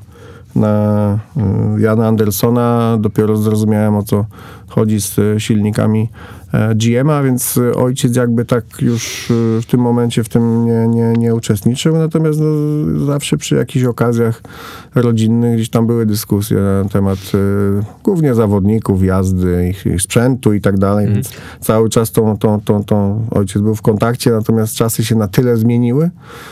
na Jana Andersona, dopiero zrozumiałem, o co chodzi z silnikami GM-a, więc ojciec jakby tak już w tym momencie w tym nie uczestniczył, natomiast zawsze przy jakichś okazjach rodzinnych gdzieś tam były dyskusje na temat głównie zawodników, jazdy, ich sprzętu i tak dalej, więc cały czas ojciec był w kontakcie, natomiast czasy się na tyle zmieniły,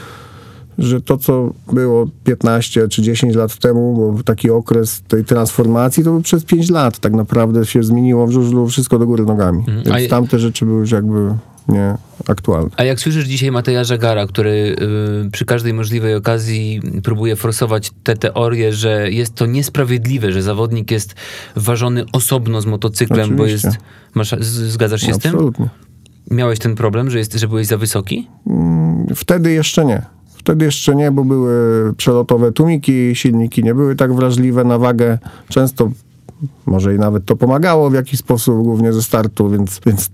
że to, co było 15 czy 10 lat temu, bo taki okres tej transformacji, to był przez 5 lat. Tak naprawdę się zmieniło w żużlu wszystko do góry nogami. Więc tamte rzeczy były już jakby nieaktualne. A jak słyszysz dzisiaj Mateja Żagara, który przy każdej możliwej okazji próbuje forsować tę teorię, że jest to niesprawiedliwe, że zawodnik jest ważony osobno z motocyklem, Oczywiście. bo zgadzasz się z tym? Absolutnie. Miałeś ten problem, że byłeś za wysoki? Wtedy jeszcze nie, bo były przelotowe tłumiki, silniki nie były tak wrażliwe na wagę. Często może i nawet to pomagało w jakiś sposób, głównie ze startu, więc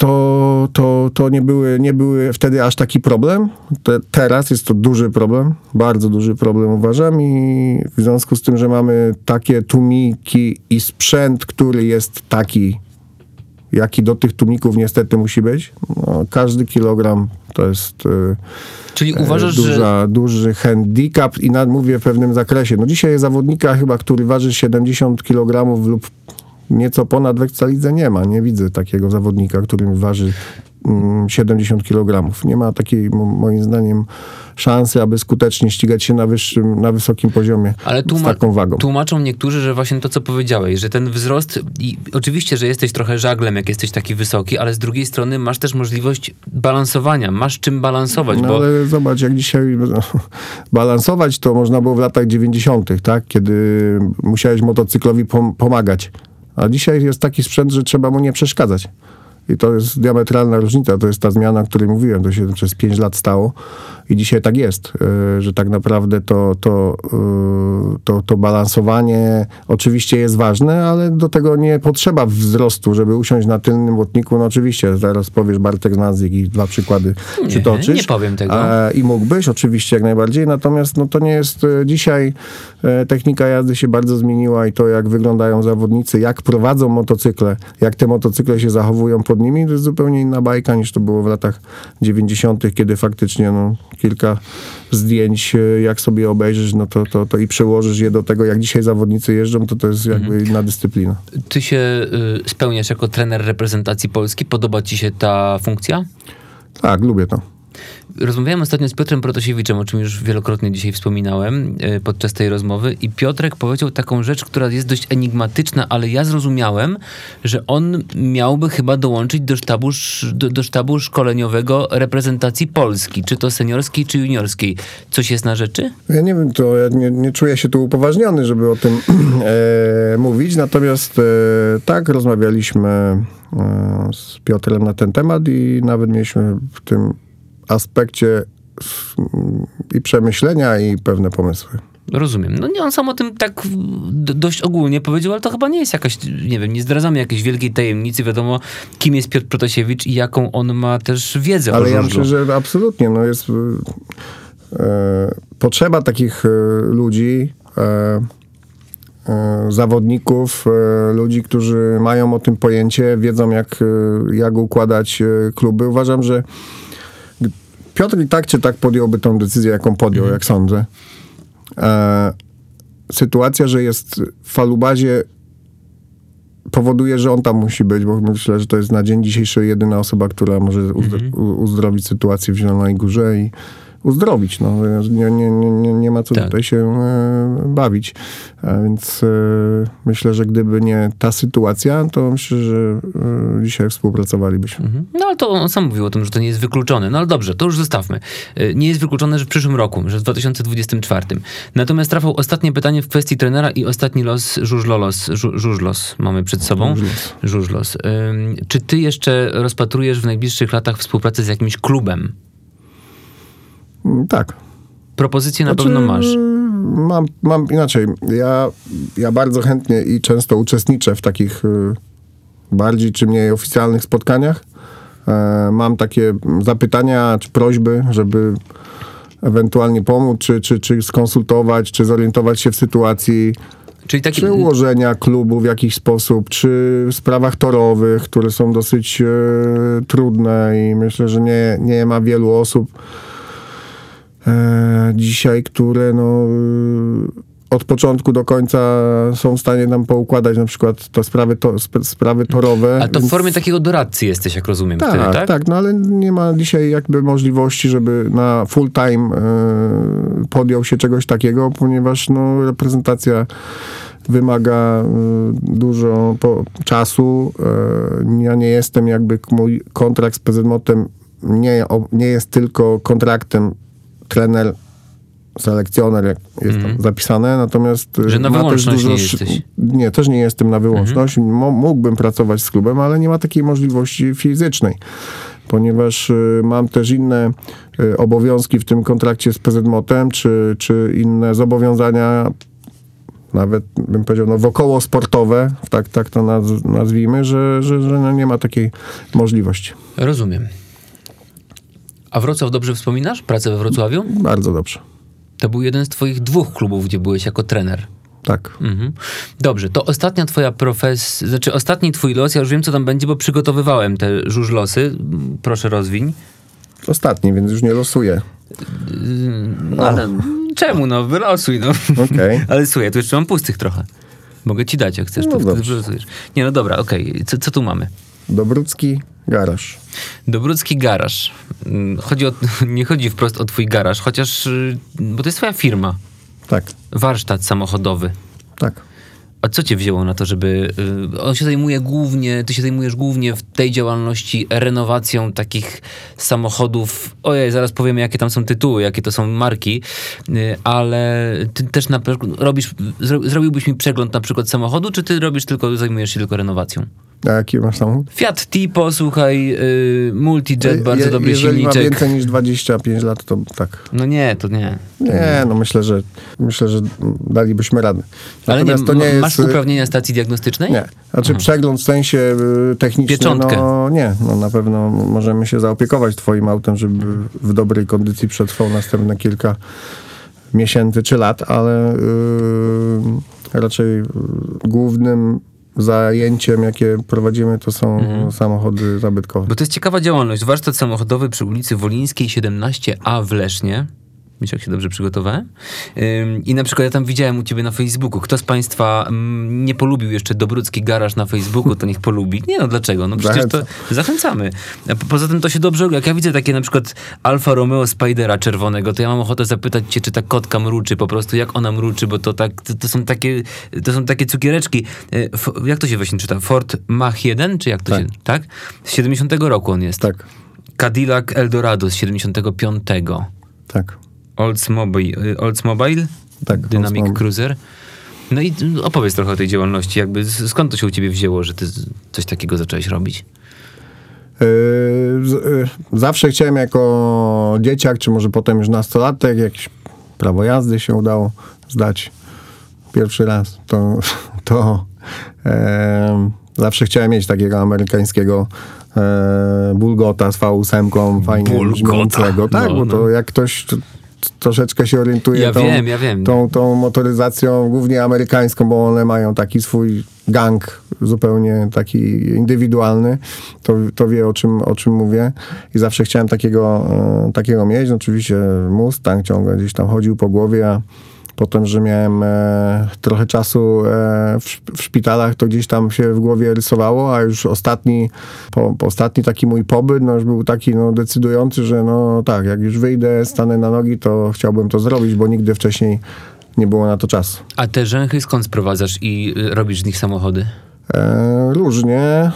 to nie były wtedy aż taki problem. Teraz jest to duży problem, bardzo duży problem uważam i w związku z tym, że mamy takie tłumiki i sprzęt, który jest taki, jaki do tych tłumików niestety musi być. No, każdy kilogram to jest Czyli uważasz, duży handicap i mówię w pewnym zakresie. No dzisiaj zawodnika chyba, który waży 70 kg lub nieco ponad w Ekstralidze nie ma. Nie widzę takiego zawodnika, który waży 70 kg. Nie ma takiej, moim zdaniem, szansy, aby skutecznie ścigać się na wysokim poziomie z taką wagą. Tłumaczą niektórzy, że właśnie to, co powiedziałeś, że ten wzrost, i oczywiście, że jesteś trochę żaglem, jak jesteś taki wysoki, ale z drugiej strony masz też możliwość balansowania, masz czym balansować. No ale zobacz, jak dzisiaj balansować to można było w latach 90., tak? Kiedy musiałeś motocyklowi pomagać. A dzisiaj jest taki sprzęt, że trzeba mu nie przeszkadzać. I to jest diametralna różnica. To jest ta zmiana, o której mówiłem. To się przez 5 lat stało i dzisiaj tak jest, że tak naprawdę to balansowanie oczywiście jest ważne, ale do tego nie potrzeba wzrostu, żeby usiąść na tylnym błotniku. No oczywiście, zaraz powiesz Bartek Znadzik i 2 przykłady przytoczysz. Nie powiem tego. I mógłbyś, oczywiście, jak najbardziej. Natomiast no, to nie jest dzisiaj. Technika jazdy się bardzo zmieniła i to, jak wyglądają zawodnicy, jak prowadzą motocykle, jak te motocykle się zachowują pod nimi, to jest zupełnie inna bajka niż to było w latach 90., kiedy faktycznie kilka zdjęć, jak sobie obejrzysz, no to i przełożysz je do tego, jak dzisiaj zawodnicy jeżdżą, to jest jakby inna dyscyplina. Ty się spełniasz jako trener reprezentacji Polski? Podoba ci się ta funkcja? Tak, lubię to. Rozmawiałem ostatnio z Piotrem Protasiewiczem, o czym już wielokrotnie dzisiaj wspominałem podczas tej rozmowy i Piotrek powiedział taką rzecz, która jest dość enigmatyczna, ale ja zrozumiałem, że on miałby chyba dołączyć do sztabu szkoleniowego reprezentacji Polski, czy to seniorskiej, czy juniorskiej. Coś jest na rzeczy? Ja nie wiem, to ja nie czuję się tu upoważniony, żeby o tym mówić, natomiast tak, rozmawialiśmy z Piotrem na ten temat i nawet mieliśmy w tym aspekcie i przemyślenia, i pewne pomysły. Rozumiem. No nie, on sam o tym tak dość ogólnie powiedział, ale to chyba nie jest jakaś, nie wiem, nie zdradzamy jakiejś wielkiej tajemnicy. Wiadomo, kim jest Piotr Protasiewicz i jaką on ma też wiedzę o żużlu. Ale ja myślę, że absolutnie, jest potrzeba takich ludzi, zawodników, ludzi, którzy mają o tym pojęcie, wiedzą jak układać kluby. Uważam, że Piotr i tak czy tak podjąłby tą decyzję, jaką podjął, jak sądzę. Sytuacja, że jest w Falubazie, powoduje, że on tam musi być, bo myślę, że to jest na dzień dzisiejszy jedyna osoba, która może uzdrowić sytuację w Zielonej Górze i uzdrowić. No. Nie ma co tutaj się bawić. A więc myślę, że gdyby nie ta sytuacja, to myślę, że dzisiaj współpracowalibyśmy. No ale to on sam mówił o tym, że to nie jest wykluczone. No ale dobrze, to już zostawmy. Nie jest wykluczone, że w przyszłym roku, że w 2024. Natomiast Rafał, ostatnie pytanie w kwestii trenera i ostatni los żużlos mamy przed sobą. Żużlos. Czy ty jeszcze rozpatrujesz w najbliższych latach współpracę z jakimś klubem? Tak. Propozycje na pewno masz. Mam inaczej. Ja bardzo chętnie i często uczestniczę w takich bardziej czy mniej oficjalnych spotkaniach. Mam takie zapytania czy prośby, żeby ewentualnie pomóc, czy skonsultować, czy zorientować się w sytuacji, Czyli taki... czy ułożenia klubu w jakiś sposób, czy w sprawach torowych, które są dosyć trudne i myślę, że nie ma wielu osób dzisiaj, które od początku do końca są w stanie nam poukładać na przykład te sprawy torowe. A to w formie takiego doradcy jesteś, jak rozumiem. Tak, wtedy, tak? Tak, no ale nie ma dzisiaj jakby możliwości, żeby na full time podjął się czegoś takiego, ponieważ reprezentacja wymaga dużo czasu. Ja nie jestem mój kontrakt z PZMOT-em nie jest tylko kontraktem trener, selekcjoner, jak jest tam zapisane, natomiast... Że na wyłączność nie jesteś. Nie, też nie jestem na wyłączność. Mógłbym pracować z klubem, ale nie ma takiej możliwości fizycznej, ponieważ mam też inne obowiązki w tym kontrakcie z PZMOT-em, czy inne zobowiązania, nawet bym powiedział, wokoło sportowe, tak to nazwijmy, że nie ma takiej możliwości. Rozumiem. A Wrocław dobrze wspominasz? Pracę we Wrocławiu? Bardzo dobrze. To był jeden z twoich 2 klubów, gdzie byłeś jako trener. Tak. Dobrze, to ostatnia twoja ostatni twój los, ja już wiem, co tam będzie, bo przygotowywałem te żużlosy. Proszę, rozwiń. Ostatni, więc już nie losuję. Ale czemu? Wylosuj, Okej. Ale słuchaj, tu jeszcze mam pustych trochę. Mogę ci dać, jak chcesz, to wtedy wylosujesz. Nie, dobra, okej. Co tu mamy? Dobrucki garaż. Dobrucki garaż. Nie chodzi wprost o twój garaż, chociaż, bo to jest twoja firma. Tak. Warsztat samochodowy. Tak. A co cię wzięło na to, żeby... ty się zajmujesz głównie w tej działalności renowacją takich samochodów. Ojej, zaraz powiemy, jakie tam są tytuły, jakie to są marki, ale ty też na przykład zrobiłbyś mi przegląd na przykład samochodu, czy ty zajmujesz się tylko renowacją? A jaki masz samochód? Fiat Tipo, słuchaj, Multijet, bardzo dobry jeżeli silniczek. Jeżeli ma więcej niż 25 lat, to tak. No nie, to nie. Nie, myślę, że dalibyśmy radę. Ale nie, to nie jest... masz uprawnienia stacji diagnostycznej? Nie. Znaczy przegląd w sensie technicznym, Pieczątkę. Nie. Na pewno możemy się zaopiekować twoim autem, żeby w dobrej kondycji przetrwał następne kilka miesięcy czy lat, ale raczej głównym zajęciem, jakie prowadzimy, to są samochody zabytkowe. Bo to jest ciekawa działalność. Warsztat samochodowy przy ulicy Wolińskiej 17A w Lesznie. Wiesz, jak się dobrze przygotowałem? I na przykład ja tam widziałem u ciebie na Facebooku. Kto z państwa nie polubił jeszcze Dobrucki Garaż na Facebooku, to niech polubi. Nie, dlaczego? Przecież to zachęcamy. A poza tym to się dobrze, jak ja widzę takie na przykład Alfa Romeo Spidera czerwonego, to ja mam ochotę zapytać cię, czy ta kotka mruczy, po prostu jak ona mruczy, bo to są takie cukiereczki. Jak to się właśnie czyta? Ford Mach 1, czy jak to się... Tak? Z 70 roku on jest. Tak. Cadillac Eldorado z 75. Tak. Oldsmobile? Tak. Dynamic Cruiser. No i opowiedz trochę o tej działalności. Skąd to się u ciebie wzięło, że ty coś takiego zacząłeś robić? Zawsze chciałem jako dzieciak, czy może potem już nastolatek, jakieś prawo jazdy się udało zdać pierwszy raz. Zawsze chciałem mieć takiego amerykańskiego Bulgota z V8, fajnie brzmiącego. Tak, bo to jak ktoś troszeczkę się orientuję Ja wiem. Tą motoryzacją, głównie amerykańską, bo one mają taki swój gang zupełnie taki indywidualny, to wie o czym mówię i zawsze chciałem takiego mieć. Oczywiście Mustang ciągle gdzieś tam chodził po głowie, a potem, że miałem trochę czasu w szpitalach, to gdzieś tam się w głowie rysowało, a już ostatni taki mój pobyt, no już był taki decydujący, że no tak, jak już wyjdę, stanę na nogi, to chciałbym to zrobić, bo nigdy wcześniej nie było na to czasu. A te rzęchy skąd sprowadzasz i robisz z nich samochody? Różnie.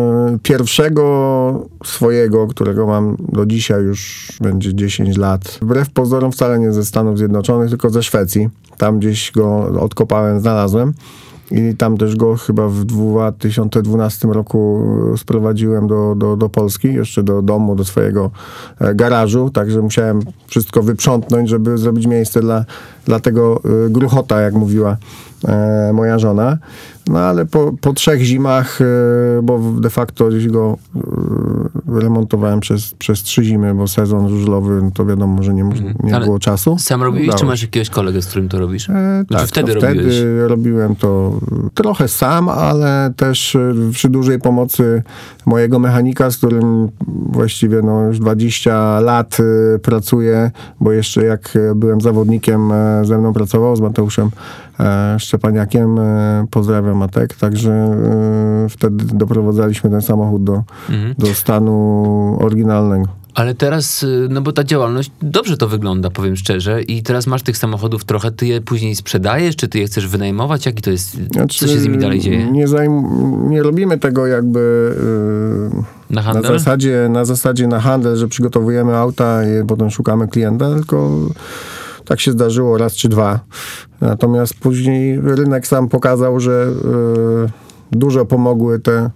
Pierwszego swojego, którego mam do dzisiaj, już będzie 10 lat. Wbrew pozorom wcale nie ze Stanów Zjednoczonych, tylko ze Szwecji. Tam gdzieś go odkopałem, znalazłem. I tam też go chyba w 2012 roku sprowadziłem do Polski, jeszcze do domu, do swojego garażu, także musiałem wszystko wyprzątnąć, żeby zrobić miejsce dla tego gruchota, jak mówiła moja żona. No ale po 3 zimach, bo de facto gdzieś go remontowałem przez 3 zimy, bo sezon żużlowy, no to wiadomo, że nie było czasu. Sam robiłeś, czy masz jakiegoś kolegę, z którym to robisz? Tak, wtedy robiłem to trochę sam, ale też przy dużej pomocy mojego mechanika, z którym właściwie już 20 lat pracuję, bo jeszcze jak byłem zawodnikiem, ze mną pracował, z Mateuszem Szczepaniakiem, pozdrawiam Matek, także wtedy doprowadzaliśmy ten samochód do stanu oryginalnego. Ale teraz, no bo ta działalność, dobrze to wygląda, powiem szczerze, i teraz masz tych samochodów trochę, ty je później sprzedajesz, czy ty je chcesz wynajmować? Jaki to jest, co się z nimi dalej dzieje? Nie robimy tego jakby na handel? Na zasadzie na handel, że przygotowujemy auta i potem szukamy klienta, tylko tak się zdarzyło raz czy dwa. Natomiast później rynek sam pokazał, że dużo pomogły te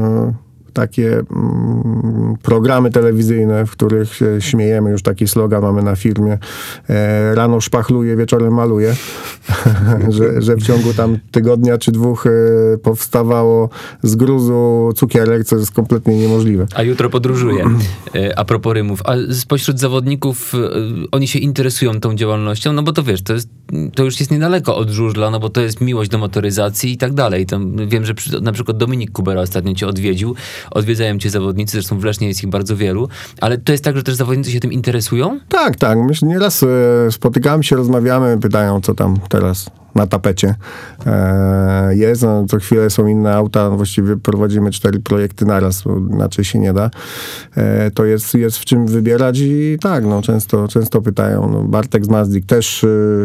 takie programy telewizyjne, w których się śmiejemy, już taki slogan mamy na firmie, rano szpachluje, wieczorem maluje, że w ciągu tam tygodnia czy 2 powstawało z gruzu cukierek, co jest kompletnie niemożliwe. A jutro podróżuje. A propos rymów. A spośród zawodników oni się interesują tą działalnością? No bo to wiesz, to już jest niedaleko od żużla, no bo to jest miłość do motoryzacji i tak dalej. Wiem, że na przykład Dominik Kubera ostatnio cię odwiedził. Odwiedzają cię zawodnicy, zresztą w Lesznie jest ich bardzo wielu, ale to jest tak, że też zawodnicy się tym interesują? Tak. Myślę, nieraz spotykamy się, rozmawiamy, pytają, co tam teraz na tapecie jest. No, co chwilę są inne auta, właściwie prowadzimy 4 projekty naraz, bo inaczej się nie da. To jest w czym wybierać i tak, często pytają. No, Bartek z Mazdik też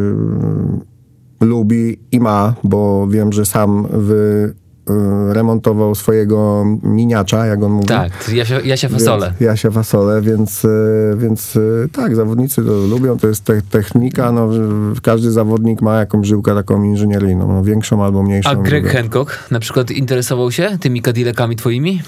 lubi i ma, bo wiem, że sam remontował swojego miniacza, jak on mówi. Tak, Jasia Fasole. Jasia Fasole, więc tak, zawodnicy to lubią, to jest technika, każdy zawodnik ma jakąś żyłkę taką inżynieryjną, większą albo mniejszą. A Greg Hancock na przykład interesował się tymi Cadillacami twoimi?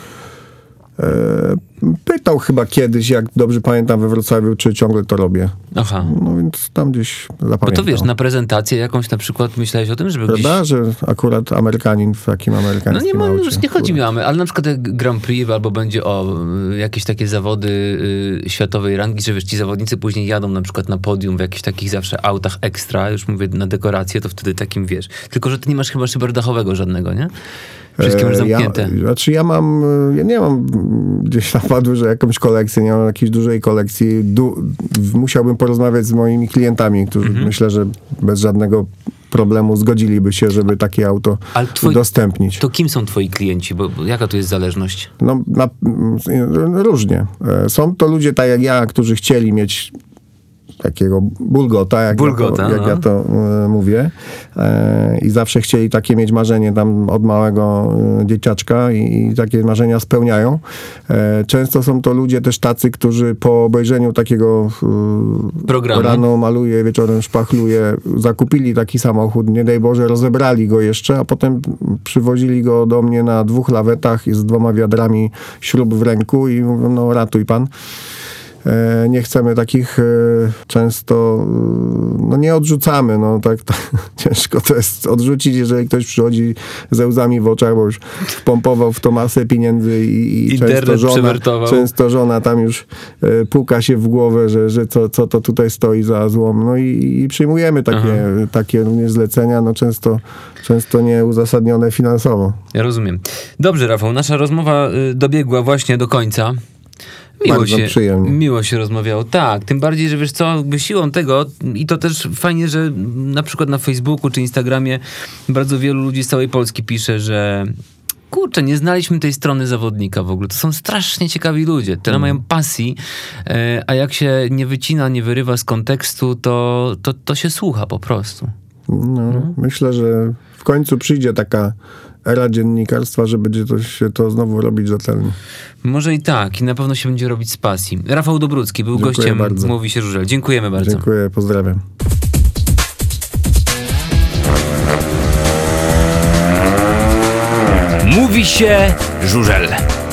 Pytał chyba kiedyś, jak dobrze pamiętam, we Wrocławiu, czy ciągle to robię. Aha. No więc tam gdzieś zapamiętał. Bo to wiesz, na prezentację jakąś na przykład myślałeś o tym, żeby Prawda, że akurat Amerykanin w takim amerykańskim aucie. Już nie chodzi mi o ale na przykład Grand Prix albo będzie jakieś takie zawody światowej rangi, że wiesz, ci zawodnicy później jadą na przykład na podium w jakichś takich zawsze autach ekstra, już mówię na dekorację, to wtedy takim wiesz. Tylko, że ty nie masz chyba szyberdachowego żadnego, nie? Wszystkie masz zamknięte. Ja nie mam gdzieś napadły, że jakąś kolekcję, nie mam jakiejś dużej kolekcji. Musiałbym porozmawiać z moimi klientami, którzy myślę, że bez żadnego problemu zgodziliby się, żeby takie auto udostępnić. To kim są twoi klienci? Bo jaka tu jest zależność? Różnie. Są to ludzie tak jak ja, którzy chcieli mieć takiego bulgota, jak ja to mówię. I zawsze chcieli takie mieć marzenie tam od małego dzieciaczka i takie marzenia spełniają. Często są to ludzie też tacy, którzy po obejrzeniu takiego programu rano maluje, wieczorem szpachluje, zakupili taki samochód, nie daj Boże, rozebrali go jeszcze, a potem przywozili go do mnie na 2 lawetach i z 2 wiadrami śrub w ręku i mówią, ratuj pan. nie chcemy takich często, no nie odrzucamy, no tak ciężko to jest odrzucić, jeżeli ktoś przychodzi ze łzami w oczach, bo już wpompował w to masę pieniędzy i często żona tam już puka się w głowę, że co to tutaj stoi za złom. No i przyjmujemy takie również zlecenia, no często nieuzasadnione finansowo. Ja rozumiem. Dobrze, Rafał, nasza rozmowa dobiegła właśnie do końca. Miło się rozmawiało. Tak, tym bardziej, że wiesz co, jakby siłą tego, i to też fajnie, że na przykład na Facebooku czy Instagramie bardzo wielu ludzi z całej Polski pisze, że kurczę, nie znaliśmy tej strony zawodnika w ogóle. To są strasznie ciekawi ludzie. Tyle mają pasji, a jak się nie wycina, nie wyrywa z kontekstu, to się słucha po prostu. Myślę, że w końcu przyjdzie taka era dziennikarstwa, że będzie się to znowu robić rzetelnie. Może i tak. I na pewno się będzie robić z pasji. Rafał Dobrucki był gościem Mówi się Żużel. Dziękujemy bardzo. Dziękuję, pozdrawiam. Mówi się Żużel.